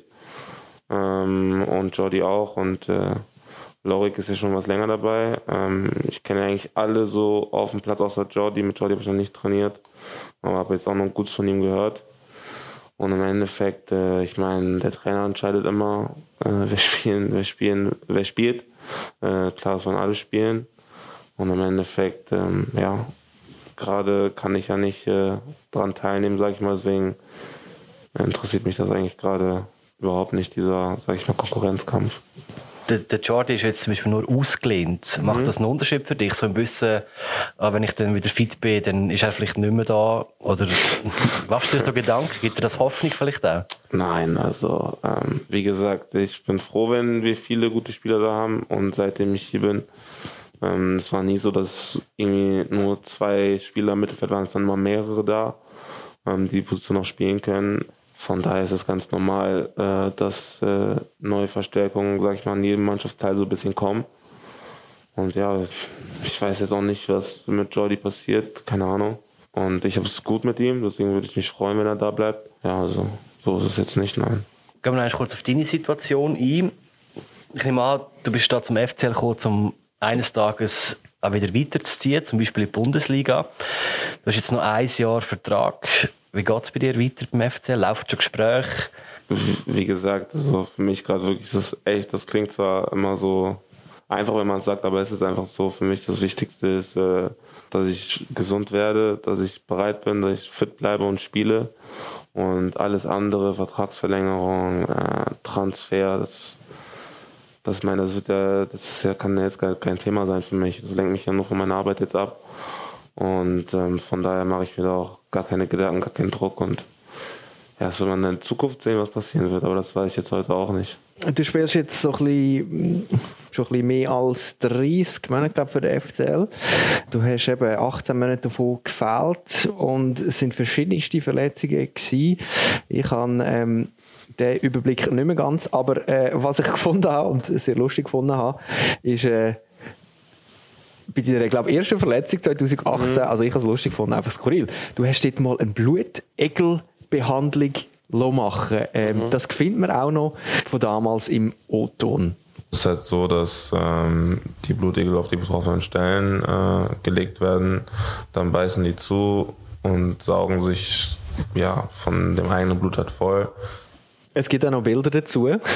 Ähm, und Jordi auch. Und äh, Lorik ist ja schon was länger dabei. Ähm, ich kenne eigentlich alle so auf dem Platz außer Jordi. Mit Jordi habe ich noch nicht trainiert. Aber habe jetzt auch noch Gutes von ihm gehört. Und im Endeffekt, äh, ich meine, der Trainer entscheidet immer, äh, wer spielen, wer spielen, wer spielt. Äh, klar, es wollen alle spielen. Und im Endeffekt, ähm, ja, gerade kann ich ja nicht äh, daran teilnehmen, sage ich mal. Deswegen interessiert mich das eigentlich gerade überhaupt nicht, dieser, sage ich mal, Konkurrenzkampf. Der, der Jordi ist jetzt zum Beispiel nur ausgelehnt. Macht mhm. das einen Unterschied für dich? So im Wissen, ah, wenn ich dann wieder fit bin, dann ist er vielleicht nicht mehr da? Oder machst du dir so Gedanken? Gibt dir das Hoffnung vielleicht auch? Nein, also ähm, wie gesagt, ich bin froh, wenn wir viele gute Spieler da haben. Und seitdem ich hier bin, ähm, es war nie so, dass irgendwie nur zwei Spieler im Mittelfeld waren, es waren immer mehrere da, ähm, die die Position auch spielen können. Von daher ist es ganz normal, äh, dass äh, neue Verstärkungen, sag ich mal, in jedem Mannschaftsteil so ein bisschen kommen. Und ja, ich weiß jetzt auch nicht, was mit Jordi passiert, keine Ahnung. Und ich habe es gut mit ihm, deswegen würde ich mich freuen, wenn er da bleibt. Ja, also so ist es jetzt nicht, nein. Gehen wir eigentlich kurz auf deine Situation ein. Ich nehme an, du bist da zum F C L gekommen, um eines Tages auch wieder weiterzuziehen, zum Beispiel in die Bundesliga. Du hast jetzt noch ein Jahr Vertrag. Wie geht es bei dir weiter beim F C L? Läuft schon Gespräch? Wie gesagt, also für mich gerade wirklich ist das echt, das klingt zwar immer so einfach, wenn man es sagt, aber es ist einfach so, für mich das Wichtigste ist, dass ich gesund werde, dass ich bereit bin, dass ich fit bleibe und spiele. Und alles andere, Vertragsverlängerung, Transfer, das, das, meine, das wird ja, das ist ja, kann jetzt kein Thema sein für mich. Das lenkt mich ja nur von meiner Arbeit jetzt ab. Und ähm, von daher mache ich mir da auch gar keine Gedanken, gar keinen Druck. Und ja, es wird man in Zukunft sehen, was passieren wird. Aber das weiß ich jetzt heute auch nicht. Du spielst jetzt so ein bisschen, schon ein bisschen mehr als dreißig Monate, glaube ich, für den F C L. Du hast eben achtzehn Monate davon gefehlt und es sind verschiedenste Verletzungen gewesen. Ich habe ähm, den Überblick nicht mehr ganz, aber äh, was ich gefunden habe und sehr lustig gefunden habe, ist äh, bei deiner, glaube ich, ersten Verletzung zwanzig achtzehn, mhm. also ich habe es lustig gefunden, einfach skurril. Du hast dort mal eine Blutegelbehandlung machen. Ähm, mhm. Das findet man auch noch von damals im O-Ton. Es ist halt so, dass ähm, die Blutegel auf die betroffenen Stellen äh, gelegt werden, dann beißen die zu und saugen sich ja, von dem eigenen Blut halt voll. Es gibt auch noch Bilder dazu. Ja.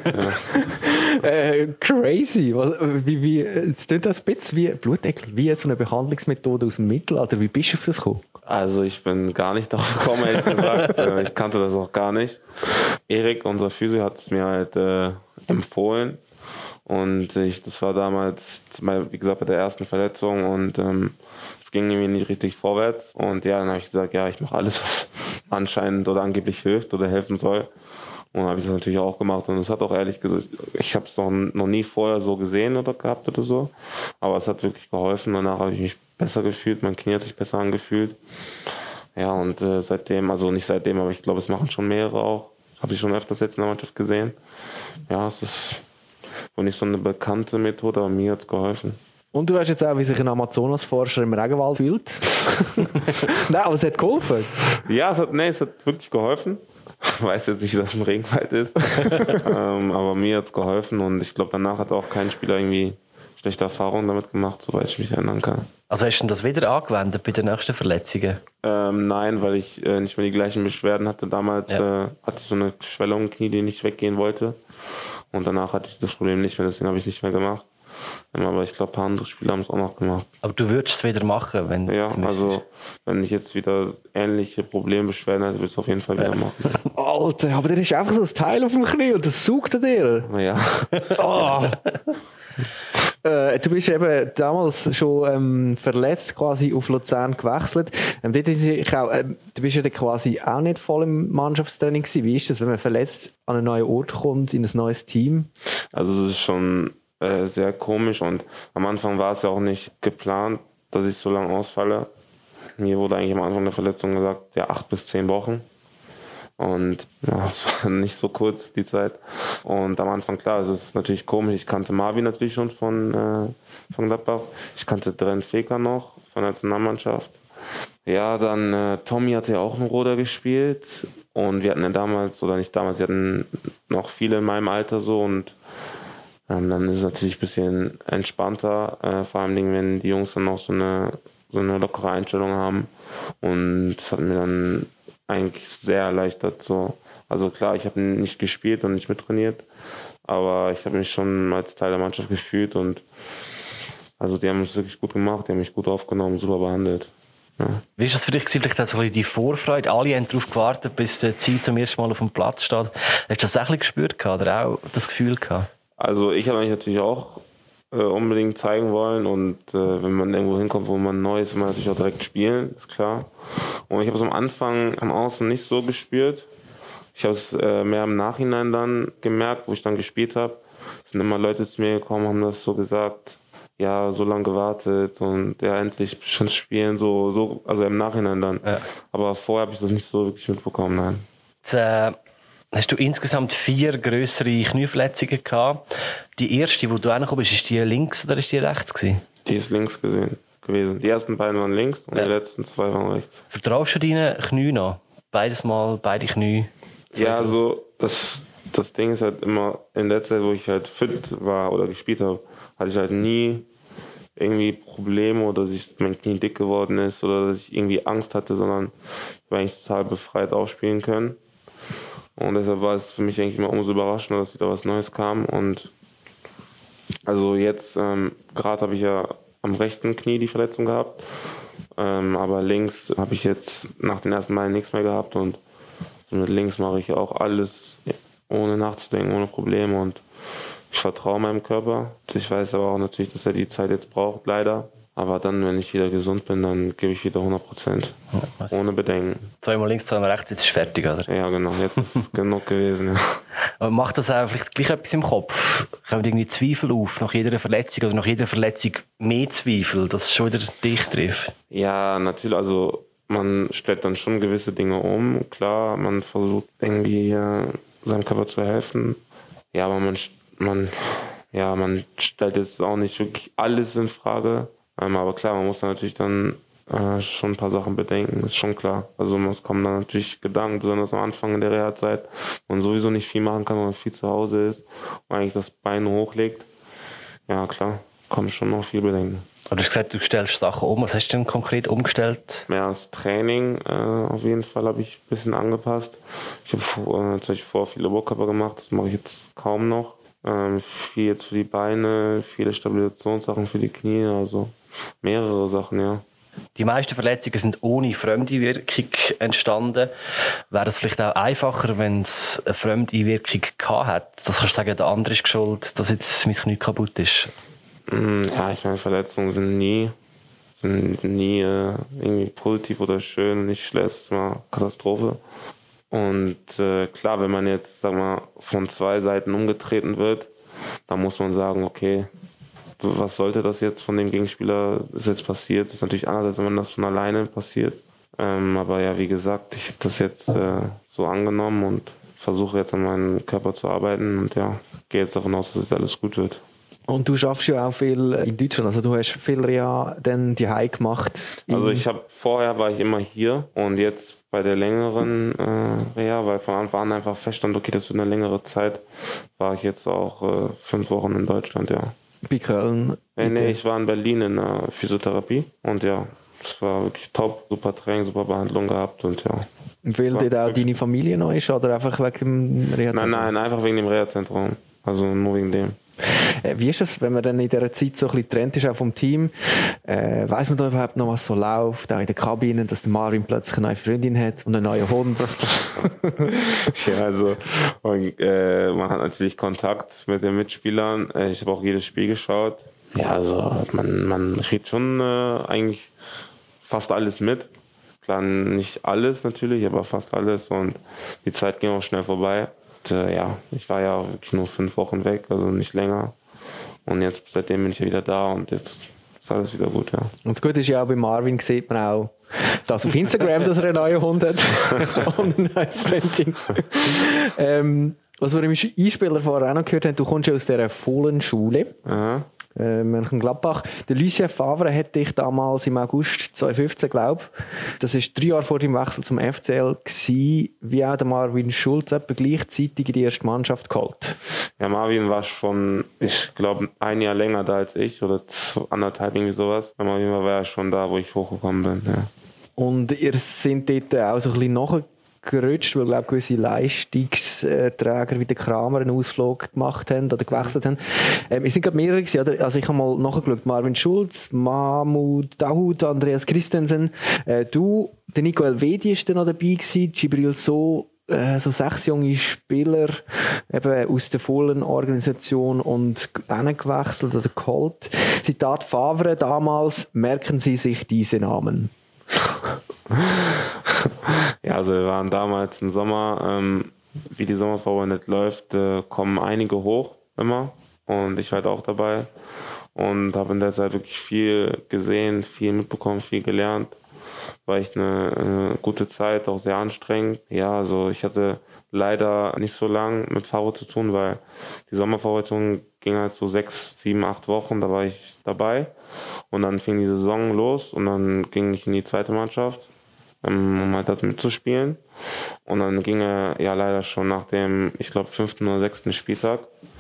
äh, crazy. Wie, wie, es klingt das ein bisschen wie Blutegel, wie so eine Behandlungsmethode aus dem Mittelalter. Wie bist du auf das gekommen? Also ich bin gar nicht darauf gekommen, ehrlich gesagt. Ich kannte das auch gar nicht. Erik, unser Physio, hat es mir halt äh, empfohlen. Und ich, das war damals, wie gesagt, bei der ersten Verletzung und ähm, es ging irgendwie nicht richtig vorwärts. Und ja, dann habe ich gesagt, ja, ich mache alles, was anscheinend oder angeblich hilft oder helfen soll. Und dann habe ich das natürlich auch gemacht und es hat auch ehrlich gesagt, ich habe es noch, noch nie vorher so gesehen oder gehabt oder so, aber es hat wirklich geholfen. Danach habe ich mich besser gefühlt, mein Knie hat sich besser angefühlt. Ja, und äh, seitdem, also nicht seitdem, aber ich glaube, es machen schon mehrere auch. Habe ich schon öfters jetzt in der Mannschaft gesehen. Ja, es ist wohl nicht so eine bekannte Methode, aber mir hat es geholfen. Und du weißt jetzt auch, wie sich ein Amazonasforscher im Regenwald fühlt. Nein, aber es hat geholfen. Ja, es hat, nee, es hat wirklich geholfen. Ich weiß jetzt nicht, wie das im Regenwald ist. ähm, aber mir hat es geholfen und ich glaube, danach hat auch kein Spieler irgendwie schlechte Erfahrungen damit gemacht, soweit ich mich erinnern kann. Also hast du das wieder angewendet bei den nächsten Verletzungen? Ähm, nein, weil ich äh, nicht mehr die gleichen Beschwerden hatte. Damals ja. äh, hatte ich so eine Schwellung im Knie, die nicht weggehen wollte. Und danach hatte ich das Problem nicht mehr, deswegen habe ich es nicht mehr gemacht. Aber ich glaube, ein paar andere Spieler haben es auch noch gemacht. Aber du würdest es wieder machen, wenn Ja, also wenn ich jetzt wieder ähnliche Problembeschwerden hätte, würde ich es auf jeden Fall wieder ja. machen. Alter, aber der ist einfach so ein Teil auf dem Knie und das saugt an dir. Ja. Oh. äh, du bist eben damals schon ähm, verletzt, quasi auf Luzern gewechselt. Ähm, dort ist ich auch, äh, du bist ja dann quasi auch nicht voll im Mannschaftstraining gewesen. Wie ist das, wenn man verletzt an einen neuen Ort kommt, in ein neues Team? Also es ist schon sehr komisch und am Anfang war es ja auch nicht geplant, dass ich so lange ausfalle. Mir wurde eigentlich am Anfang der Verletzung gesagt, ja, acht bis zehn Wochen. Und ja, es war nicht so kurz, die Zeit. Und am Anfang, klar, es ist natürlich komisch. Ich kannte Marvin natürlich schon von, äh, von Gladbach. Ich kannte Dren Feker noch von der Nationalmannschaft. Ja, dann äh, Tommy hatte ja auch einen Roder gespielt. Und wir hatten ja damals, oder nicht damals, wir hatten noch viele in meinem Alter so. Und ähm, dann ist es natürlich ein bisschen entspannter. Äh, vor allem, wenn die Jungs dann noch so eine, so eine lockere Einstellung haben. Und das hat mir dann eigentlich sehr erleichtert. So. Also klar, ich habe nicht gespielt und nicht mittrainiert, aber ich habe mich schon als Teil der Mannschaft gefühlt und also die haben es wirklich gut gemacht, die haben mich gut aufgenommen, super behandelt. Ja. Wie war das für dich? Vielleicht auch so ein bisschen die Vorfreude. Alle haben darauf gewartet, bis der Ziel zum ersten Mal auf dem Platz steht. Hast du das auch ein bisschen gespürt oder auch das Gefühl gehabt? Also ich habe mich natürlich auch äh, unbedingt zeigen wollen und äh, wenn man irgendwo hinkommt, wo man neu ist, will man natürlich auch direkt spielen, ist klar. Und ich habe es am Anfang am Außen nicht so gespürt. Ich habe es äh, mehr im Nachhinein dann gemerkt, wo ich dann gespielt habe. Es sind immer Leute zu mir gekommen, haben das so gesagt, ja, so lange gewartet und ja, endlich schon spielen, so, so, also im Nachhinein dann. Ja. Aber vorher habe ich das nicht so wirklich mitbekommen, nein. Jetzt, äh, hast du insgesamt vier grössere Knieverletzungen gehabt. Die erste, wo du reingekommen bist, ist die links oder ist die rechts gewesen? Die ist links gesehen. gewesen. Die ersten beiden waren links und ja. Die letzten zwei waren rechts. Vertraust du deinen Knien noch? Beides Mal, beide Knie? Ja, also das, das Ding ist halt immer, in der Zeit, wo ich halt fit war oder gespielt habe, hatte ich halt nie irgendwie Probleme oder dass ich, mein Knie dick geworden ist oder dass ich irgendwie Angst hatte, sondern ich war eigentlich total befreit aufspielen können. Und deshalb war es für mich eigentlich immer umso überraschender, dass wieder was Neues kam. Und also jetzt, ähm, gerade habe ich ja am rechten Knie die Verletzung gehabt, ähm, aber links habe ich jetzt nach den ersten Malen nichts mehr gehabt und so mit links mache ich auch alles ohne nachzudenken, ohne Probleme und ich vertraue meinem Körper. Ich weiß aber auch natürlich, dass er die Zeit jetzt braucht, leider. Aber dann, wenn ich wieder gesund bin, dann gebe ich wieder hundert Prozent. Ja, ohne Bedenken. Zweimal links, zweimal rechts, jetzt ist es fertig, oder? Ja, genau. Jetzt ist es genug gewesen, ja. Aber macht das auch vielleicht gleich etwas im Kopf? Kommen irgendwie Zweifel auf, nach jeder Verletzung oder nach jeder Verletzung mehr Zweifel, dass es schon wieder dich trifft? Ja, natürlich. Also, man stellt dann schon gewisse Dinge um. Klar, man versucht irgendwie äh, seinem Körper zu helfen. Ja, aber man, man, ja, man stellt jetzt auch nicht wirklich alles in Frage. Ähm, aber klar, man muss dann natürlich dann äh, schon ein paar Sachen bedenken, ist schon klar. Also es kommen dann natürlich Gedanken, besonders am Anfang in der Reha-Zeit, wo man sowieso nicht viel machen kann, weil man viel zu Hause ist und eigentlich das Bein hochlegt. Ja klar, kommen schon noch viel Bedenken. Aber du hast gesagt, du stellst Sachen um. Was hast du denn konkret umgestellt? Mehr als Training äh, auf jeden Fall habe ich ein bisschen angepasst. Ich habe äh, tatsächlich vorher viele Oberkörper gemacht, das mache ich jetzt kaum noch. Ähm, viel jetzt für die Beine, viele Stabilisationssachen für die Knie, also mehrere Sachen, ja. Die meisten Verletzungen sind ohne Fremdeinwirkung entstanden. Wäre es vielleicht auch einfacher, wenn es eine Fremdeinwirkung gehabt hat? Das kannst du sagen, der andere ist schuld, dass jetzt mein Knie kaputt ist. Ja, ich meine, Verletzungen sind nie, sind nie äh, irgendwie positiv oder schön, nicht schlecht, es ist mal Katastrophe. Und äh, klar, wenn man jetzt, sag mal, von zwei Seiten umgetreten wird, dann muss man sagen, okay, was sollte das jetzt von dem Gegenspieler, ist jetzt passiert? Das ist natürlich anders, als wenn man das von alleine passiert. Ähm, aber ja, wie gesagt, ich habe das jetzt äh, so angenommen und versuche jetzt an meinem Körper zu arbeiten und ja, gehe jetzt davon aus, dass jetzt alles gut wird. Und du schaffst ja auch viel in Deutschland, also du hast viel Reha dann die Hause gemacht. Also ich habe vorher war ich immer hier und jetzt bei der längeren äh, Reha, weil von Anfang an einfach feststand, okay, das wird eine längere Zeit, war ich jetzt auch äh, fünf Wochen in Deutschland, ja. Bei Köln? Nee, nee, ich war in Berlin in der Physiotherapie und ja, es war wirklich top, super Training, super Behandlung gehabt und ja. Weil dort auch deine Familie noch ist oder einfach wegen dem Reha-Zentrum? Nein, nein, einfach wegen dem Reha-Zentrum, also nur wegen dem. Wie ist es, wenn man dann in dieser Zeit so ein bisschen getrennt ist, auch vom Team? Äh, weiss man da überhaupt noch, was so läuft, auch in der Kabine, dass der Marvin plötzlich eine neue Freundin hat und einen neuen Hund? Ja, also und, äh, man hat natürlich Kontakt mit den Mitspielern. Ich habe auch jedes Spiel geschaut. Ja, also man, man kriegt schon äh, eigentlich fast alles mit. Klar, nicht alles natürlich, aber fast alles und die Zeit ging auch schnell vorbei. Und, äh, ja, ich war ja wirklich nur fünf Wochen weg, also nicht länger. Und jetzt, seitdem bin ich ja wieder da und jetzt ist alles wieder gut, ja. Und das Gute ist ja auch bei Marvin, sieht man auch, dass auf Instagram, dass er einen neuen Hund hat und eine neue Freundin. ähm, was wir im Einspieler vorher auch noch gehört haben, du kommst ja aus dieser Fohlenschule. Aha. Äh, Mönchengladbach. Der Lucien Favre hat dich damals im August zweitausendfünfzehn, glaube ich, das war drei Jahre vor dem Wechsel zum F C L gewesen, wie auch der Marvin Schulz, etwa gleichzeitig in die erste Mannschaft geholt. Ja, Marvin war schon, ich glaube, ein Jahr länger da als ich oder zwei, anderthalb, irgendwie sowas. Aber Marvin war ja schon da, wo ich hochgekommen bin, ja. Und ihr seid dort auch so ein bisschen nachgerutscht, weil, glaube ich, gewisse Leistungsträger wie der Kramer einen Ausflug gemacht haben oder gewechselt haben. Ähm, es sind gerade mehrere gewesen, oder? Also ich habe mal nachgeschaut. Marvin Schulz, Mahmoud Dahoud, Andreas Christensen, äh, du, der Nico Elvedi ist dann noch dabei gewesen, Gibril So, äh, so sechs junge Spieler eben aus der vollen Organisation und gewechselt oder geholt. Zitat Favre damals: Merken Sie sich diese Namen. Ja, also wir waren damals im Sommer, ähm, wie die Sommervorwahl nicht läuft, äh, kommen einige hoch immer und ich war halt auch dabei und habe in der Zeit wirklich viel gesehen, viel mitbekommen, viel gelernt. War echt eine, eine gute Zeit, auch sehr anstrengend. Ja, also ich hatte leider nicht so lang mit Favre zu tun, weil die Sommervorbereitung ging halt so sechs, sieben, acht Wochen, da war ich dabei und dann fing die Saison los und dann ging ich in die zweite Mannschaft, um halt das mitzuspielen. Und dann ging er ja leider schon nach dem, ich glaube, fünften oder sechsten Spieltag.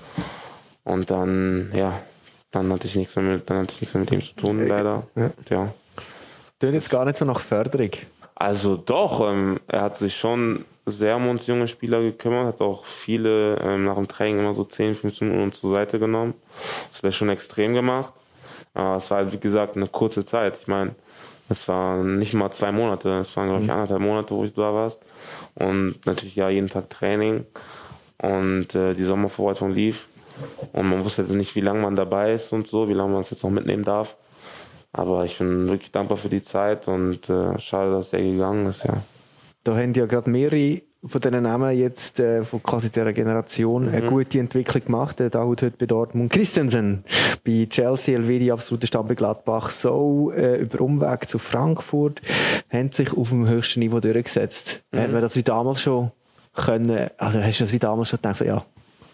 Und dann, ja, dann hatte ich nichts mehr mit, dann hatte ich nichts mehr mit ihm zu tun, leider. Ja. ja. Tönt jetzt gar nicht so nach Förderung. Also doch, ähm, er hat sich schon sehr um uns junge Spieler gekümmert, hat auch viele ähm, nach dem Training immer so zehn, fünfzehn Minuten zur Seite genommen. Das hat er schon extrem gemacht. Aber es war halt, wie gesagt, eine kurze Zeit. Ich meine, es waren nicht mal zwei Monate, es waren, glaube ich, anderthalb Monate, wo ich da warst. Und natürlich ja jeden Tag Training. Und äh, die Sommervorbereitung lief. Und man wusste jetzt nicht, wie lange man dabei ist und so, wie lange man es jetzt noch mitnehmen darf. Aber ich bin wirklich dankbar für die Zeit und äh, schade, dass er gegangen ist, ja. Da haben ja gerade mehrere von diesen Namen jetzt äh, von quasi dieser Generation mhm. eine gute Entwicklung gemacht. Der Dahoud heute bei Dortmund, Christensen bei Chelsea, Elvedi, absoluter Stamm bei Gladbach, so äh, über Umweg zu Frankfurt, haben sich auf dem höchsten Niveau durchgesetzt. Mhm. Hat man das wie damals schon können, also hast du das wie damals schon gedacht, so, ja?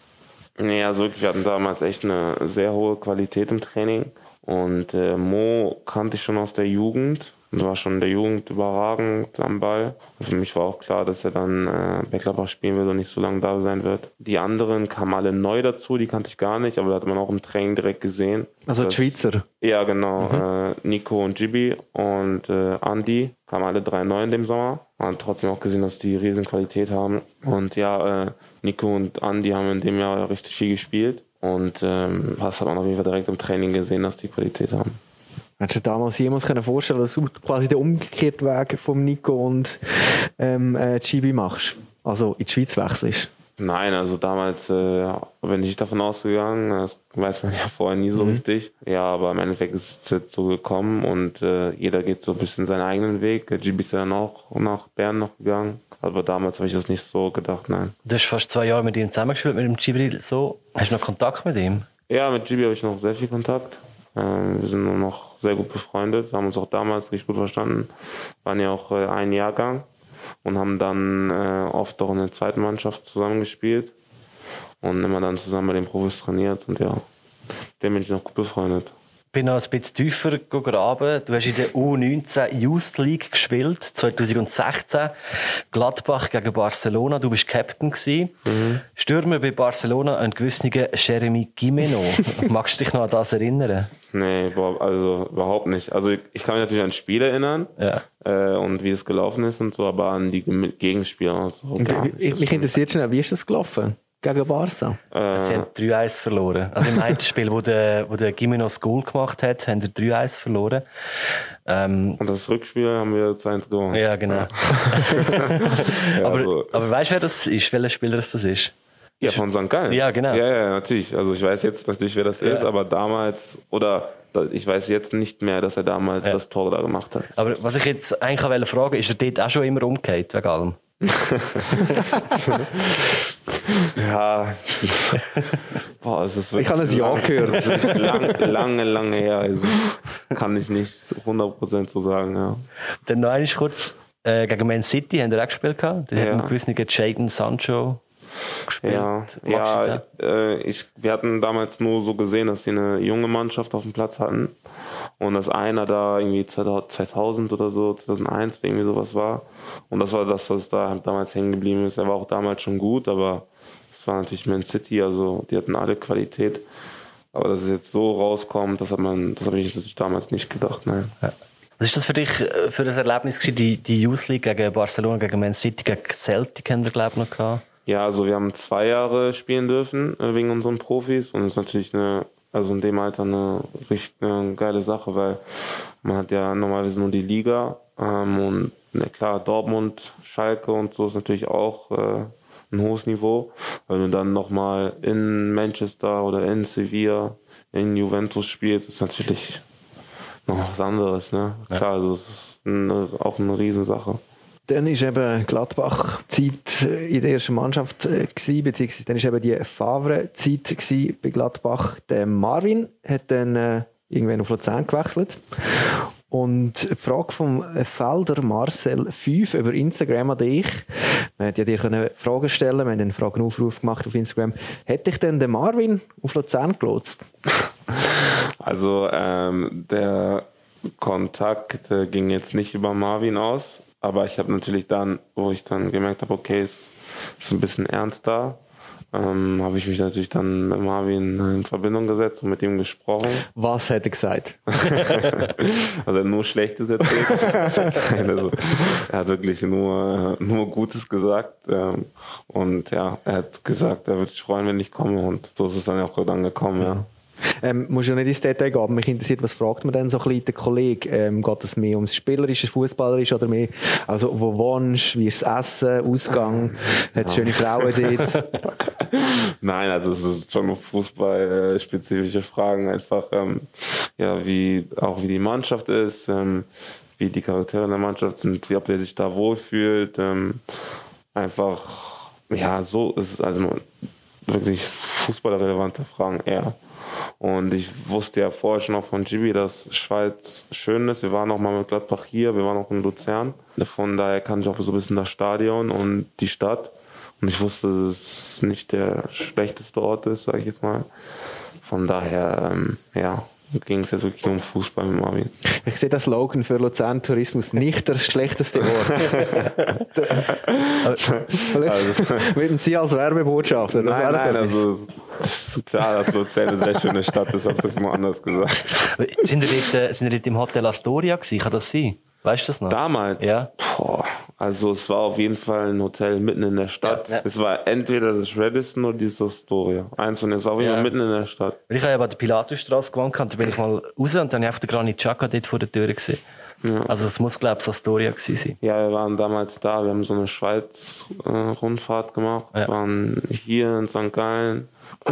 Nee, also wirklich, wir hatten damals echt eine sehr hohe Qualität im Training. Und äh, Mo kannte ich schon aus der Jugend und war schon in der Jugend überragend am Ball. Und für mich war auch klar, dass er dann äh, bei Gladbach spielen wird und nicht so lange da sein wird. Die anderen kamen alle neu dazu, die kannte ich gar nicht, aber da hat man auch im Training direkt gesehen. Also die Schweizer? Ja, genau. Mhm. Äh, Nico und Gibi und äh, Andi kamen alle drei neu in dem Sommer. Man hat trotzdem auch gesehen, dass die riesen Qualität haben. Und ja, äh, Nico und Andi haben in dem Jahr richtig viel gespielt. Und ähm, hast halt auch auf jeden Fall direkt im Training gesehen, dass die Qualität haben. Hättest du damals jemals vorstellen können, dass du quasi den umgekehrten Weg von Nico und ähm, äh, Chibi machst? Also in die Schweiz wechselst? Nein, also damals äh, bin ich davon ausgegangen, das weiß man ja vorher nie so mhm. richtig. Ja, aber im Endeffekt ist es jetzt so gekommen und äh, jeder geht so ein bisschen seinen eigenen Weg. Chibi ist ja dann auch nach Bern noch gegangen. Aber damals habe ich das nicht so gedacht, nein. Du hast fast zwei Jahre mit ihm zusammengespielt, mit dem Gibril so. Hast du noch Kontakt mit ihm? Ja, mit Gibi habe ich noch sehr viel Kontakt. Ähm, wir sind nur noch sehr gut befreundet, haben uns auch damals richtig gut verstanden. Waren ja auch äh, ein Jahrgang und haben dann äh, oft auch in der zweiten Mannschaft zusammengespielt und immer dann zusammen bei den Profis trainiert. Und ja, mit dem bin ich noch gut befreundet. Ich bin noch ein bisschen tiefer gegraben. Du hast in der U neunzehn Youth League gespielt, zwanzig sechzehn. Gladbach gegen Barcelona. Du bist Captain gewesen. Mhm. Stürmer bei Barcelona, ein gewisser Jeremy Gimeno. Magst du dich noch an das erinnern? Nee, also überhaupt nicht. Also ich kann mich natürlich an Spiele erinnern ja. äh, und wie es gelaufen ist und so, aber an die Gegenspieler und so. Und wie, mich interessiert schon, wie ist das gelaufen? Gegen Barca? Äh, Sie haben drei eins verloren. Also im einen Spiel, wo der, wo der Gimeno das Goal gemacht hat, haben sie drei eins verloren. Ähm, und das Rückspiel haben wir zwei eins gewonnen. Ja, genau. Ja. aber, ja, also. aber weißt du, wer das ist? Welcher Spieler das ist? Ja, von Sankt Gallen. Ja, genau. Ja, ja, natürlich. Also ich weiß jetzt natürlich, wer das ja. ist, aber damals, oder ich weiß jetzt nicht mehr, dass er damals ja. das Tor da gemacht hat. Aber was ich jetzt eigentlich fragen wollte, ist er dort auch schon immer umgekehrt, wegen allem? Ja, boah, es ist wirklich Ich habe ein Ja lang- gehört. es ist wirklich Lange, lange, lange her. Also kann ich nicht hundert Prozent so sagen, ja. Dann noch einmal kurz äh, gegen Man City haben wir auch gespielt gehabt. Da Ja. hat einen gewissen Jadon Sancho gespielt. Ja, Magst du ja den? äh, ich, wir hatten damals nur so gesehen, dass sie eine junge Mannschaft auf dem Platz hatten und dass einer da irgendwie zweitausend oder so, zweitausendeins irgendwie sowas war. Und das war das, was da damals hängen geblieben ist. Er war auch damals schon gut, aber es war natürlich Man City, also die hatten alle Qualität. Aber dass es jetzt so rauskommt, das hat man, das habe ich natürlich damals nicht gedacht, nein. Ja. Was ist das für dich äh, für ein Erlebnis gewesen, die, die Youth League gegen Barcelona, gegen Man City, gegen Celtic haben wir, glaube ich, noch gehabt? Ja, also wir haben zwei Jahre spielen dürfen äh, wegen unseren Profis und das ist natürlich eine, also in dem Alter eine richtig eine geile Sache, weil man hat ja normalerweise nur die Liga ähm, und na klar, Dortmund, Schalke und so ist natürlich auch äh, ein hohes Niveau. Wenn du dann nochmal in Manchester oder in Sevilla, in Juventus spielst, ist natürlich noch was anderes, ne? Ja. Klar, also es ist eine, auch eine Riesensache. Dann war eben Gladbach-Zeit in der ersten Mannschaft, gewesen, beziehungsweise dann war eben die Favre-Zeit bei Gladbach. Der Marvin hat dann äh, irgendwann auf Luzern gewechselt. Und die Frage vom Felder Marcel fünf über Instagram an dich. Man hätte ja dir können Fragen stellen können. Wir haben einen Fragenaufruf gemacht auf Instagram. Hätte ich denn den Marvin auf Luzern gelotst? Also ähm, der Kontakt äh, ging jetzt nicht über Marvin aus. Aber ich habe natürlich dann, wo ich dann gemerkt habe, okay, es ist ein bisschen ernst da, ähm, habe ich mich natürlich dann mit Marvin in Verbindung gesetzt und mit ihm gesprochen. Was hat er gesagt? Also er hat nur Schlechtes erzählt. Also, er hat wirklich nur, nur Gutes gesagt. Ähm, und ja, er hat gesagt, er würde sich freuen, wenn ich komme. Und so ist es dann auch dann gekommen, ja. Ähm, muss ja nicht ins Detail gehen, aber mich interessiert, was fragt man denn so ein bisschen den Kollegen? Ähm, geht es mehr ums Spielerische, Fußballerische oder mehr, also wo wohnst, wie ist das Essen, Ausgang, hat es schöne Frauen dort? Nein, also es ist schon fußballspezifische Fragen, einfach ähm, ja, wie auch wie die Mannschaft ist, ähm, wie die Charaktere der Mannschaft sind, wie ob der sich da wohlfühlt, ähm, einfach ja, so ist es, also wirklich fußballerrelevante Fragen eher. Und ich wusste ja vorher schon auch von Gibi, dass Schweiz schön ist. Wir waren auch mal mit Gladbach hier, wir waren auch in Luzern. Von daher kannte ich auch so ein bisschen das Stadion und die Stadt. Und ich wusste, dass es nicht der schlechteste Ort ist, sage ich jetzt mal. Von daher, ähm, ja, ging es jetzt wirklich nur um Fußball mit Marvin. Ich sehe das Slogan für Luzern Tourismus, nicht der schlechteste Ort. Also, Würden Sie als Werbebotschafter? Das nein, wäre nein, doch etwas. also es ist klar, dass Luzern eine sehr schöne Stadt ist, habe ich jetzt mal anders gesagt. Sind wir dort, äh, sind wir dort im Hotel Astoria gewesen? Kann das sein? Weißt du das noch? Damals? Ja. Boah, also es war auf jeden Fall ein Hotel mitten in der Stadt. Ja, ja. Es war entweder das Radisson oder dieses Astoria. Eins von denen, es war auf jeden Fall Ja. mitten in der Stadt. Weil ich habe ja bei der Pilatusstraße gewohnt, da bin ich mal raus und dann habe ich einfach den Granit Xhaka dort vor der Tür gesehen. Ja. Also es muss, glaube ich, Astoria gewesen sein. Ja, wir waren damals da, wir haben so eine Schweiz-Rundfahrt gemacht, Ja. waren hier in Sankt Gallen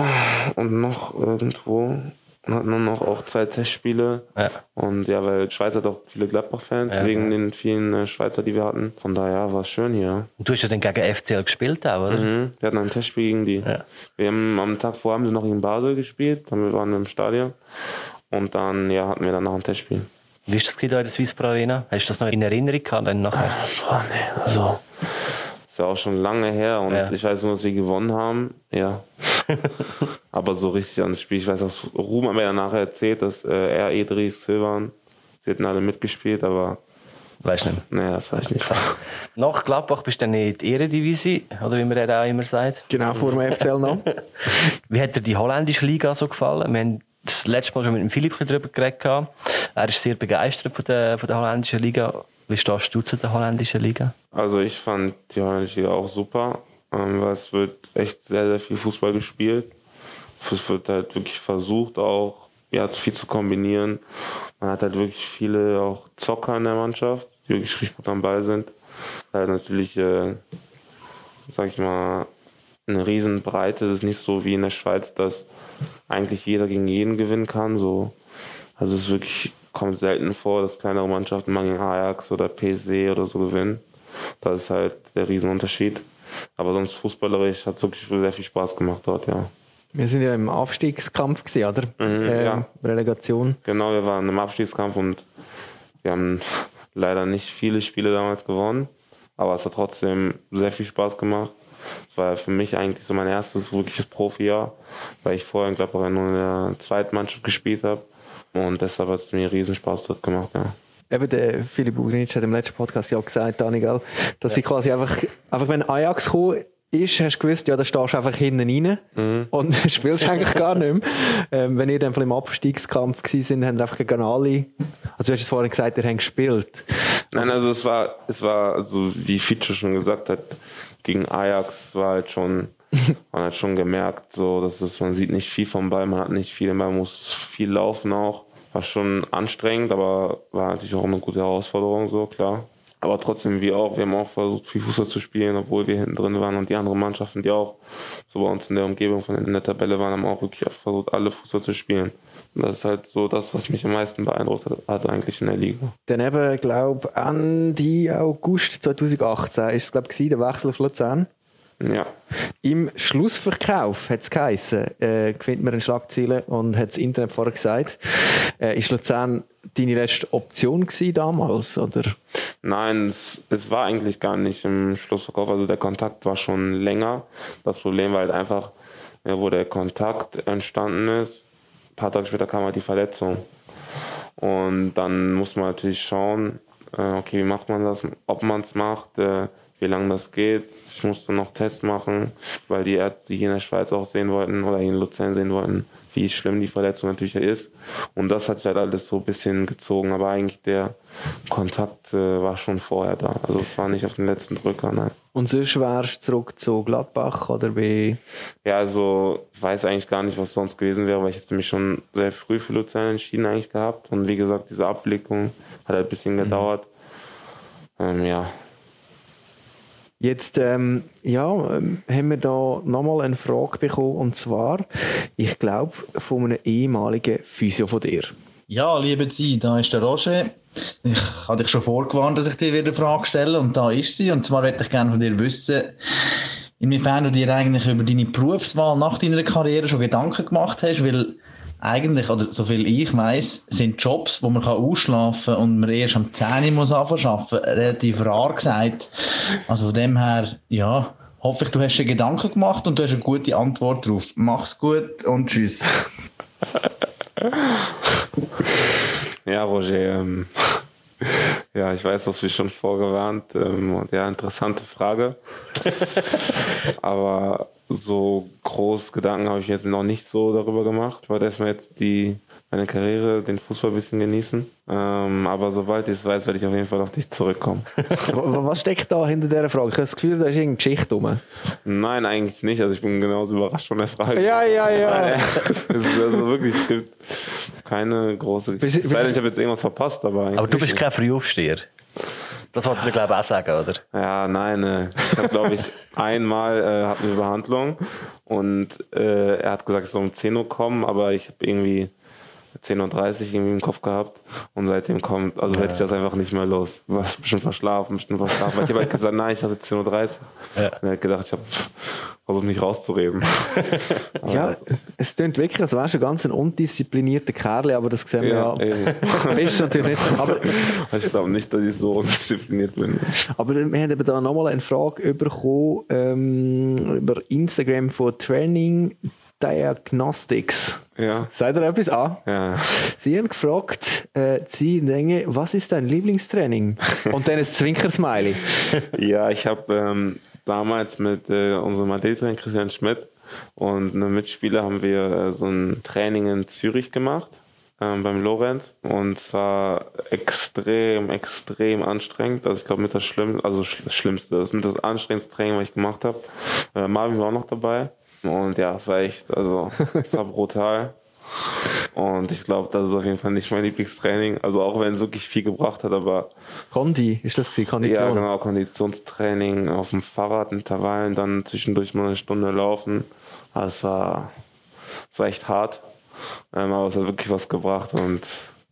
und noch irgendwo. Und hatten dann noch auch zwei Testspiele. Ja. Und ja, weil Schweiz hat auch viele Gladbach-Fans, Ja, wegen ja. den vielen äh, Schweizer, die wir hatten. Von daher war es schön hier. Und du hast ja dann gegen F C L gespielt auch, oder? Mhm. Wir hatten ein Testspiel gegen die. Ja. Wir haben am Tag vorher haben sie noch in Basel gespielt, dann wir waren im Stadion. Und dann ja, hatten wir dann noch ein Testspiel. Wie war das da in der Swisspro Arena? Hast du das noch in Erinnerung gehabt? Dann nachher? Boah, nee, also ist ja auch schon lange her und Ja. ich weiß nur, dass wir gewonnen haben. Ja. Aber so richtig an das Spiel. Ich weiß, dass Ruhm hat mir dann nachher erzählt, dass äh, er, Edris, Silvan, sie hätten alle mitgespielt, aber Weißt du nicht. nee, das weiß ich nicht. Nach Gladbach bist du dann in die Eredivisie, oder wie man ja auch immer sagt. Genau, vor dem F C L noch. Wie hat dir die holländische Liga so gefallen? Wir haben das letzte Mal schon mit dem Philipp darüber geredet. Er ist sehr begeistert von der, von der holländischen Liga. Wie stehst du zu der holländischen Liga? Also ich fand die holländische Liga auch super, ähm, weil es wird echt sehr, sehr viel Fußball gespielt. Es wird halt wirklich versucht auch, ja, viel zu kombinieren. Man hat halt wirklich viele auch Zocker in der Mannschaft, die wirklich richtig gut am Ball sind. Halt natürlich, äh, sag ich mal, eine Riesenbreite. Es ist nicht so wie in der Schweiz, dass eigentlich jeder gegen jeden gewinnen kann. So. Also es ist wirklich, kommt selten vor, dass kleinere Mannschaften mal gegen Ajax oder P S V oder so gewinnen. Das ist halt der Riesenunterschied. Aber sonst fußballerisch hat es wirklich sehr viel Spaß gemacht dort, ja. Wir sind ja im Abstiegskampf gewesen, oder? Mhm, ähm, ja. Relegation. Genau, wir waren im Abstiegskampf und wir haben leider nicht viele Spiele damals gewonnen. Aber es hat trotzdem sehr viel Spaß gemacht. Es war für mich eigentlich so mein erstes wirkliches Profijahr, weil ich vorher in Gladbach nur in der zweiten Mannschaft gespielt habe. Und deshalb hat es mir riesen Spaß dort gemacht, ja. Eben der Philipp Ugrinic hat im letzten Podcast ja auch gesagt, Daniel, dass sie quasi einfach, einfach wenn Ajax gekommen ist, hast du gewusst, ja, da stehst du einfach hinten rein mhm. und spielst eigentlich gar nicht mehr. Ähm, wenn ihr dann im Abstiegskampf gewesen seid, habt ihr einfach gegen alle, also du hast es vorhin gesagt, ihr habt gespielt. Nein, also es war, es war, also wie Fitcho schon gesagt hat, gegen Ajax war halt schon, man hat schon gemerkt, so, dass es, man sieht nicht viel vom Ball, man hat nicht viel, man muss viel laufen auch. War schon anstrengend, aber war natürlich auch eine gute Herausforderung, so klar. Aber trotzdem, wir auch, wir haben auch versucht, viel Fußball zu spielen, obwohl wir hinten drin waren und die anderen Mannschaften, die auch so bei uns in der Umgebung von in der Tabelle waren, haben auch wirklich versucht, alle Fußball zu spielen. Und das ist halt so das, was mich am meisten beeindruckt hat, hat eigentlich in der Liga. Dann eben, glaube ich, Ende August zweitausendachtzehn ist es, glaube ich, der Wechsel auf Luzern. Ja. Im Schlussverkauf hat es geheissen, äh, gewinnt man in Schlagzeilen und hat das Internet vorher gesagt. Äh, ist Luzern deine letzte Option gewesen damals, oder? Nein, es, es war eigentlich gar nicht im Schlussverkauf. Also der Kontakt war schon länger. Das Problem war halt einfach, ja, wo der Kontakt entstanden ist, ein paar Tage später kam halt die Verletzung. Und dann muss man natürlich schauen, äh, okay, wie macht man das, ob man es macht, äh, wie lange das geht. Ich musste noch Tests machen, weil die Ärzte hier in der Schweiz auch sehen wollten oder hier in Luzern sehen wollten, wie schlimm die Verletzung natürlich ist. Und das hat sich halt alles so ein bisschen gezogen, aber eigentlich der Kontakt äh, war schon vorher da. Also es war nicht auf den letzten Drücker, nein. Und sonst wärst du zurück zu Gladbach oder wie? Ja, also ich weiß eigentlich gar nicht, was sonst gewesen wäre, weil ich hätte mich schon sehr früh für Luzern entschieden eigentlich gehabt. Und wie gesagt, diese Abwicklung hat halt ein bisschen gedauert. Mhm. Ähm, ja. Jetzt ähm, ja, ähm, haben wir da nochmal eine Frage bekommen, und zwar, ich glaube, von einem ehemaligen Physio von dir. Ja, liebe Sie, da ist der Roger. Ich hatte dich schon vorgewarnt, dass ich dir wieder eine Frage stelle, und da ist sie. Und zwar möchte ich gerne von dir wissen, inwiefern du dir eigentlich über deine Berufswahl nach deiner Karriere schon Gedanken gemacht hast, weil eigentlich, oder so viel ich weiss, sind Jobs, wo man ausschlafen kann und man erst am zehn Uhr muss anfangen zu arbeiten, relativ rar gesagt. Also von dem her, ja, hoffe ich, du hast dir Gedanken gemacht und du hast eine gute Antwort drauf. Mach's gut und tschüss. Ja, Roger, ähm, ja, ich weiß, das wie schon vorgewarnt. Ähm, ja, interessante Frage. Aber so groß Gedanken habe ich jetzt noch nicht so darüber gemacht. Ich wollte erstmal jetzt die, meine Karriere, den Fußball ein bisschen genießen. Ähm, aber sobald ich es weiß, werde ich auf jeden Fall auf dich zurückkommen. Was steckt da hinter dieser Frage? Ich habe das Gefühl, da ist irgendeine Geschichte rum. Nein, eigentlich nicht. Also ich bin genauso überrascht von der Frage. Ja, ja, ja. Es ist also wirklich, es gibt keine große Geschichte. Es sei denn, ich habe jetzt irgendwas verpasst. Aber, aber du bist kein Frühaufsteher. Das wollte ich glaube ich auch sagen, oder? Ja, nein. Äh, ich habe, glaube ich, einmal äh, hatten wir Behandlung und äh, er hat gesagt, ich soll um zehn Uhr kommen, aber ich habe irgendwie zehn Uhr dreißig irgendwie im Kopf gehabt und seitdem kommt, also werde ich das einfach nicht mehr los. Was bestimmt verschlafen, bestimmt verschlafen. Ich habe halt gesagt, nein, ich hatte zehn Uhr dreißig. Ja. Und er hat gedacht, ich habe versucht, mich rauszureden. Ja, es klingt wirklich, als wärst du ganz ein undisziplinierter Kerl, aber das sehen wir ja. ja. Bist du natürlich nicht. Aber ich glaube nicht, dass ich so undiszipliniert bin. Aber wir haben eben da nochmal eine Frage bekommen ähm, über Instagram von Training Diagnostics. Ja. Seid ihr etwas an? Ja. Sie haben gefragt, äh, Sie denken, was ist dein Lieblingstraining? Und dann ein Zwinker-Smiley. Ja, ich habe ähm, damals mit äh, unserem Athletin Christian Schmidt und einem Mitspieler haben wir äh, so ein Training in Zürich gemacht, ähm, beim Lorenz. Und es war extrem, extrem anstrengend. Also ich glaube mit das Schlimm, also sch- Schlimmste, das ist mit das anstrengendste Training, was ich gemacht habe. Äh, Marvin war auch noch dabei. Und ja, es war echt, also es war brutal. Und ich glaube, das ist auf jeden Fall nicht mein Lieblingstraining. Also auch wenn es wirklich viel gebracht hat, aber... Kondi, ist das gewesen? Kondition? Ja, genau, Konditionstraining auf dem Fahrrad, Intervallen, dann zwischendurch mal eine Stunde laufen. Also es war, es war echt hart. Ähm, aber es hat wirklich was gebracht und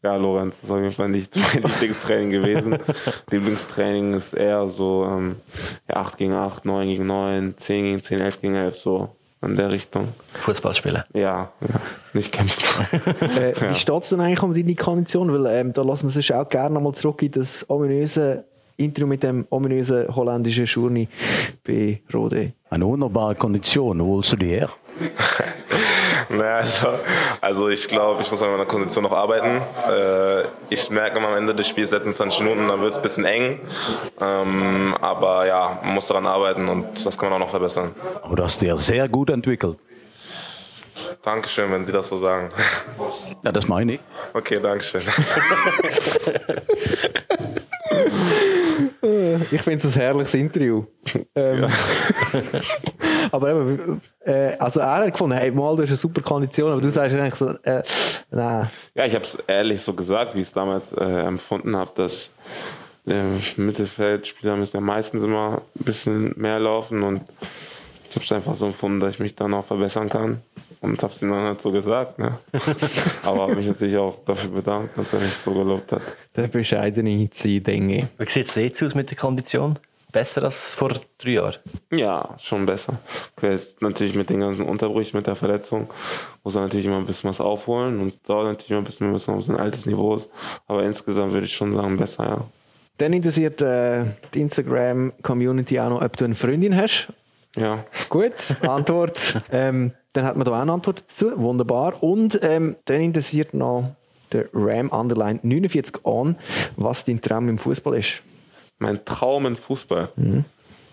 Ja, Lorenz ist auf jeden Fall nicht mein Lieblingstraining gewesen. Lieblingstraining ist eher so ähm, ja, acht gegen acht, neun gegen neun, zehn gegen zehn, elf gegen elf, so in der Richtung. Fußball spielen? Ja, ja, nicht kämpfen. äh, wie ja. steht es denn eigentlich um deine Kondition? Weil ähm, da lassen wir uns auch gerne nochmal zurück in das ominöse Interview mit dem ominösen holländischen Schurni bei Rode. Eine wunderbare Kondition, wo holst du die her? Naja, also, also ich glaube, ich muss an meiner Kondition noch arbeiten. Äh, ich merke am Ende des Spiels, letzten zwanzig Minuten, dann wird es ein bisschen eng. Ähm, aber ja, man muss daran arbeiten und das kann man auch noch verbessern. Aber du hast dich ja sehr gut entwickelt. Dankeschön, wenn Sie das so sagen. Ja, das meine ich. Okay, Dankeschön. Ich finde es ein herrliches Interview. Ähm, ja. Aber eben, äh, also er hat gefunden, hey, mal, du hast eine super Kondition, aber du sagst eigentlich so, äh, nein. Ja, ich habe es ehrlich so gesagt, wie ich es damals äh, empfunden habe, dass äh, Mittelfeldspieler müssen ja meistens immer ein bisschen mehr laufen und ich habe es einfach so empfunden, dass ich mich dann auch verbessern kann. Und habe es ihm dann halt so gesagt. Ne? Aber habe mich natürlich auch dafür bedankt, dass er mich so gelobt hat. Der bescheidene Zieh-Dinge. Wie sieht es jetzt aus mit der Kondition? Besser als vor drei Jahren? Ja, schon besser. Jetzt natürlich mit den ganzen Unterbrüchen, mit der Verletzung, muss er natürlich immer ein bisschen was aufholen. Und es dauert natürlich immer ein bisschen, bis man auf so ein altes Niveau ist. Aber insgesamt würde ich schon sagen, besser, ja. Dann interessiert äh, die Instagram-Community auch noch, ob du eine Freundin hast. Ja. Gut, Antwort. ähm, dann hat man da auch eine Antwort dazu. Wunderbar. Und ähm, dann interessiert noch der Ram Underline neunundvierzig an, was dein Traum im Fußball ist. Mein Traum im Fußball? Mhm.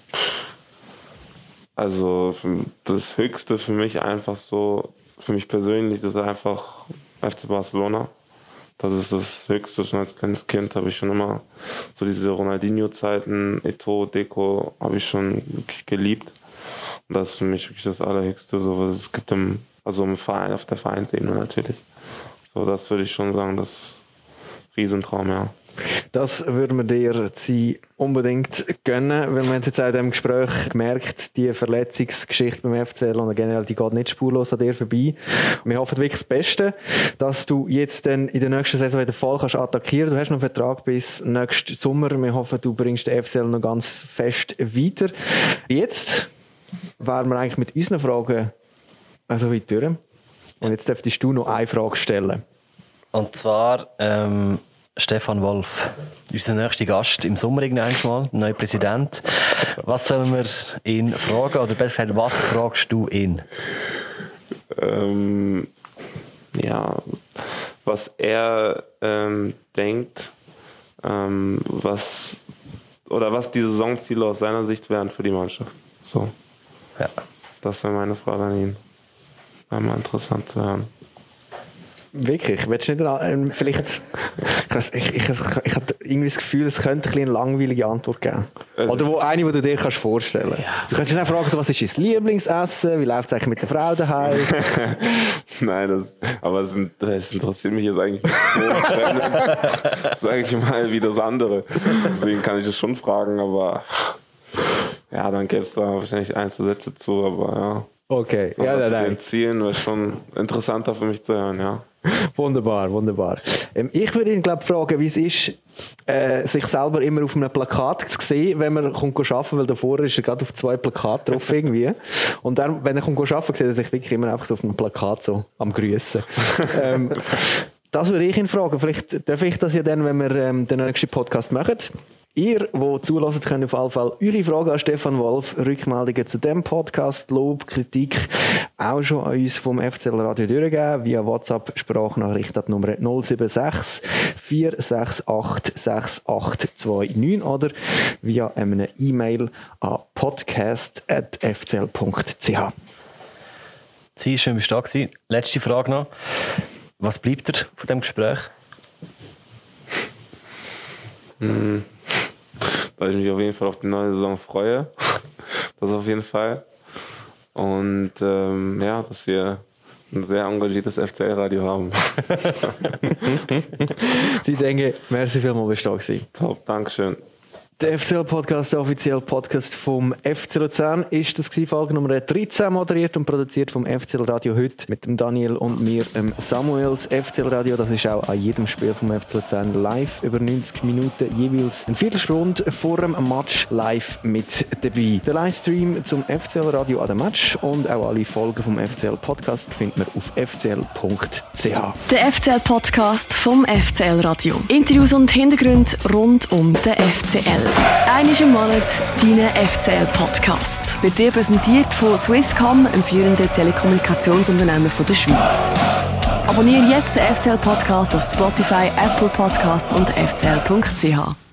Also das Höchste für mich einfach so, für mich persönlich, das ist einfach F C Barcelona. Das ist das Höchste. Schon als kleines Kind habe ich schon immer so diese Ronaldinho-Zeiten, Eto'o, Deco, habe ich schon wirklich geliebt. Und das ist für mich wirklich das Allerhöchste, so was es gibt im, also im Verein, auf der Vereinsebene natürlich. So, das würde ich schon sagen, das ist ein Riesentraum, ja. Das würden wir dir sie unbedingt gönnen, weil wir haben jetzt auch in diesem Gespräch gemerkt, die Verletzungsgeschichte beim F C L und generell, die geht nicht spurlos an dir vorbei. Wir hoffen wirklich das Beste, dass du jetzt dann in der nächsten Saison wieder voll kannst attackieren. Du hast noch einen Vertrag bis nächsten Sommer. Wir hoffen, du bringst den F C L noch ganz fest weiter. Jetzt wären wir eigentlich mit unseren Fragen also weit durch. Und jetzt dürftest du noch eine Frage stellen. Und zwar ähm, Stefan Wolf, unser nächster Gast im Sommer irgendwann mal, neuer Präsident. Was sollen wir ihn fragen? Oder besser gesagt, was fragst du ihn? Ähm, ja, was er ähm, denkt, ähm, was oder was die Saisonziele aus seiner Sicht wären für die Mannschaft. So. Ja. Das wäre meine Frage an ihn. Wäre mal interessant zu hören. Wirklich? Willst du nicht ähm, vielleicht... Ich, ich, ich, ich habe irgendwie das Gefühl, es könnte ein eine langweilige Antwort geben. Oder wo, eine, die du dir kannst vorstellen kannst. Ja. Du kannst dich auch fragen, so, was ist dein Lieblingsessen? Wie läuft es eigentlich mit der Frau daheim? Nein, das, aber es, das interessiert mich jetzt eigentlich nicht so. Sage ich mal, wie das andere. Deswegen kann ich das schon fragen, aber ja, dann gäbe es da wahrscheinlich ein, zwei Sätze zu, aber ja. Okay, so, ja, das nein, mit den Zielen wäre schon interessanter für mich zu hören, ja. Wunderbar, wunderbar. Ähm, ich würde ihn, glaube fragen, wie es ist, äh, sich selber immer auf einem Plakat zu sehen, wenn man kommt arbeiten, weil davor ist er gerade auf zwei Plakaten drauf irgendwie. Und dann, wenn er kommt arbeiten, sieht er sich wirklich immer einfach so auf einem Plakat so am Grüßen. ähm, das würde ich ihn fragen. Vielleicht darf ich das ja dann, wenn wir ähm, den nächsten Podcast machen. Ihr, die zuhört, könnt auf jeden Fall eure Fragen an Stefan Wolf, Rückmeldungen zu dem Podcast, Lob, Kritik auch schon an uns vom F C L Radio durchgeben, via WhatsApp-Sprachnachricht an die Nummer null sieben sechs vier sechs acht sechs acht zwei neun oder via eine E-Mail an podcast at f c l punkt c h. Sie, schön, bist du da gewesen. Letzte Frage noch. Was bleibt dir von diesem Gespräch? Hm. Weil ich mich auf jeden Fall auf die neue Saison freue. Das auf jeden Fall. Und ähm, ja, dass wir ein sehr engagiertes F C L-Radio haben. Sie denken, merci vielmals, bist du da gewesen. Top, Dankeschön. Der F C L-Podcast, der offizielle Podcast vom F C Luzern, ist das gewesen, Folge Nummer dreizehn, moderiert und produziert vom F C L-Radio heute mit dem Daniel und mir, ähm, Samuels. F C L-Radio, das ist auch an jedem Spiel vom F C Luzern live, über neunzig Minuten jeweils eine Viertelstunde vor dem Match live mit dabei. Der Livestream zum F C L-Radio an dem Match und auch alle Folgen vom F C L-Podcast findet man auf f c l punkt c h. Der F C L-Podcast vom F C L-Radio. Interviews und Hintergründe rund um den F C L. Einmal im Monat dein F C L-Podcast. Wird dir präsentiert von Swisscom, einem führenden Telekommunikationsunternehmen der Schweiz. Abonniere jetzt den F C L-Podcast auf Spotify, Apple Podcast und f c l punkt c h.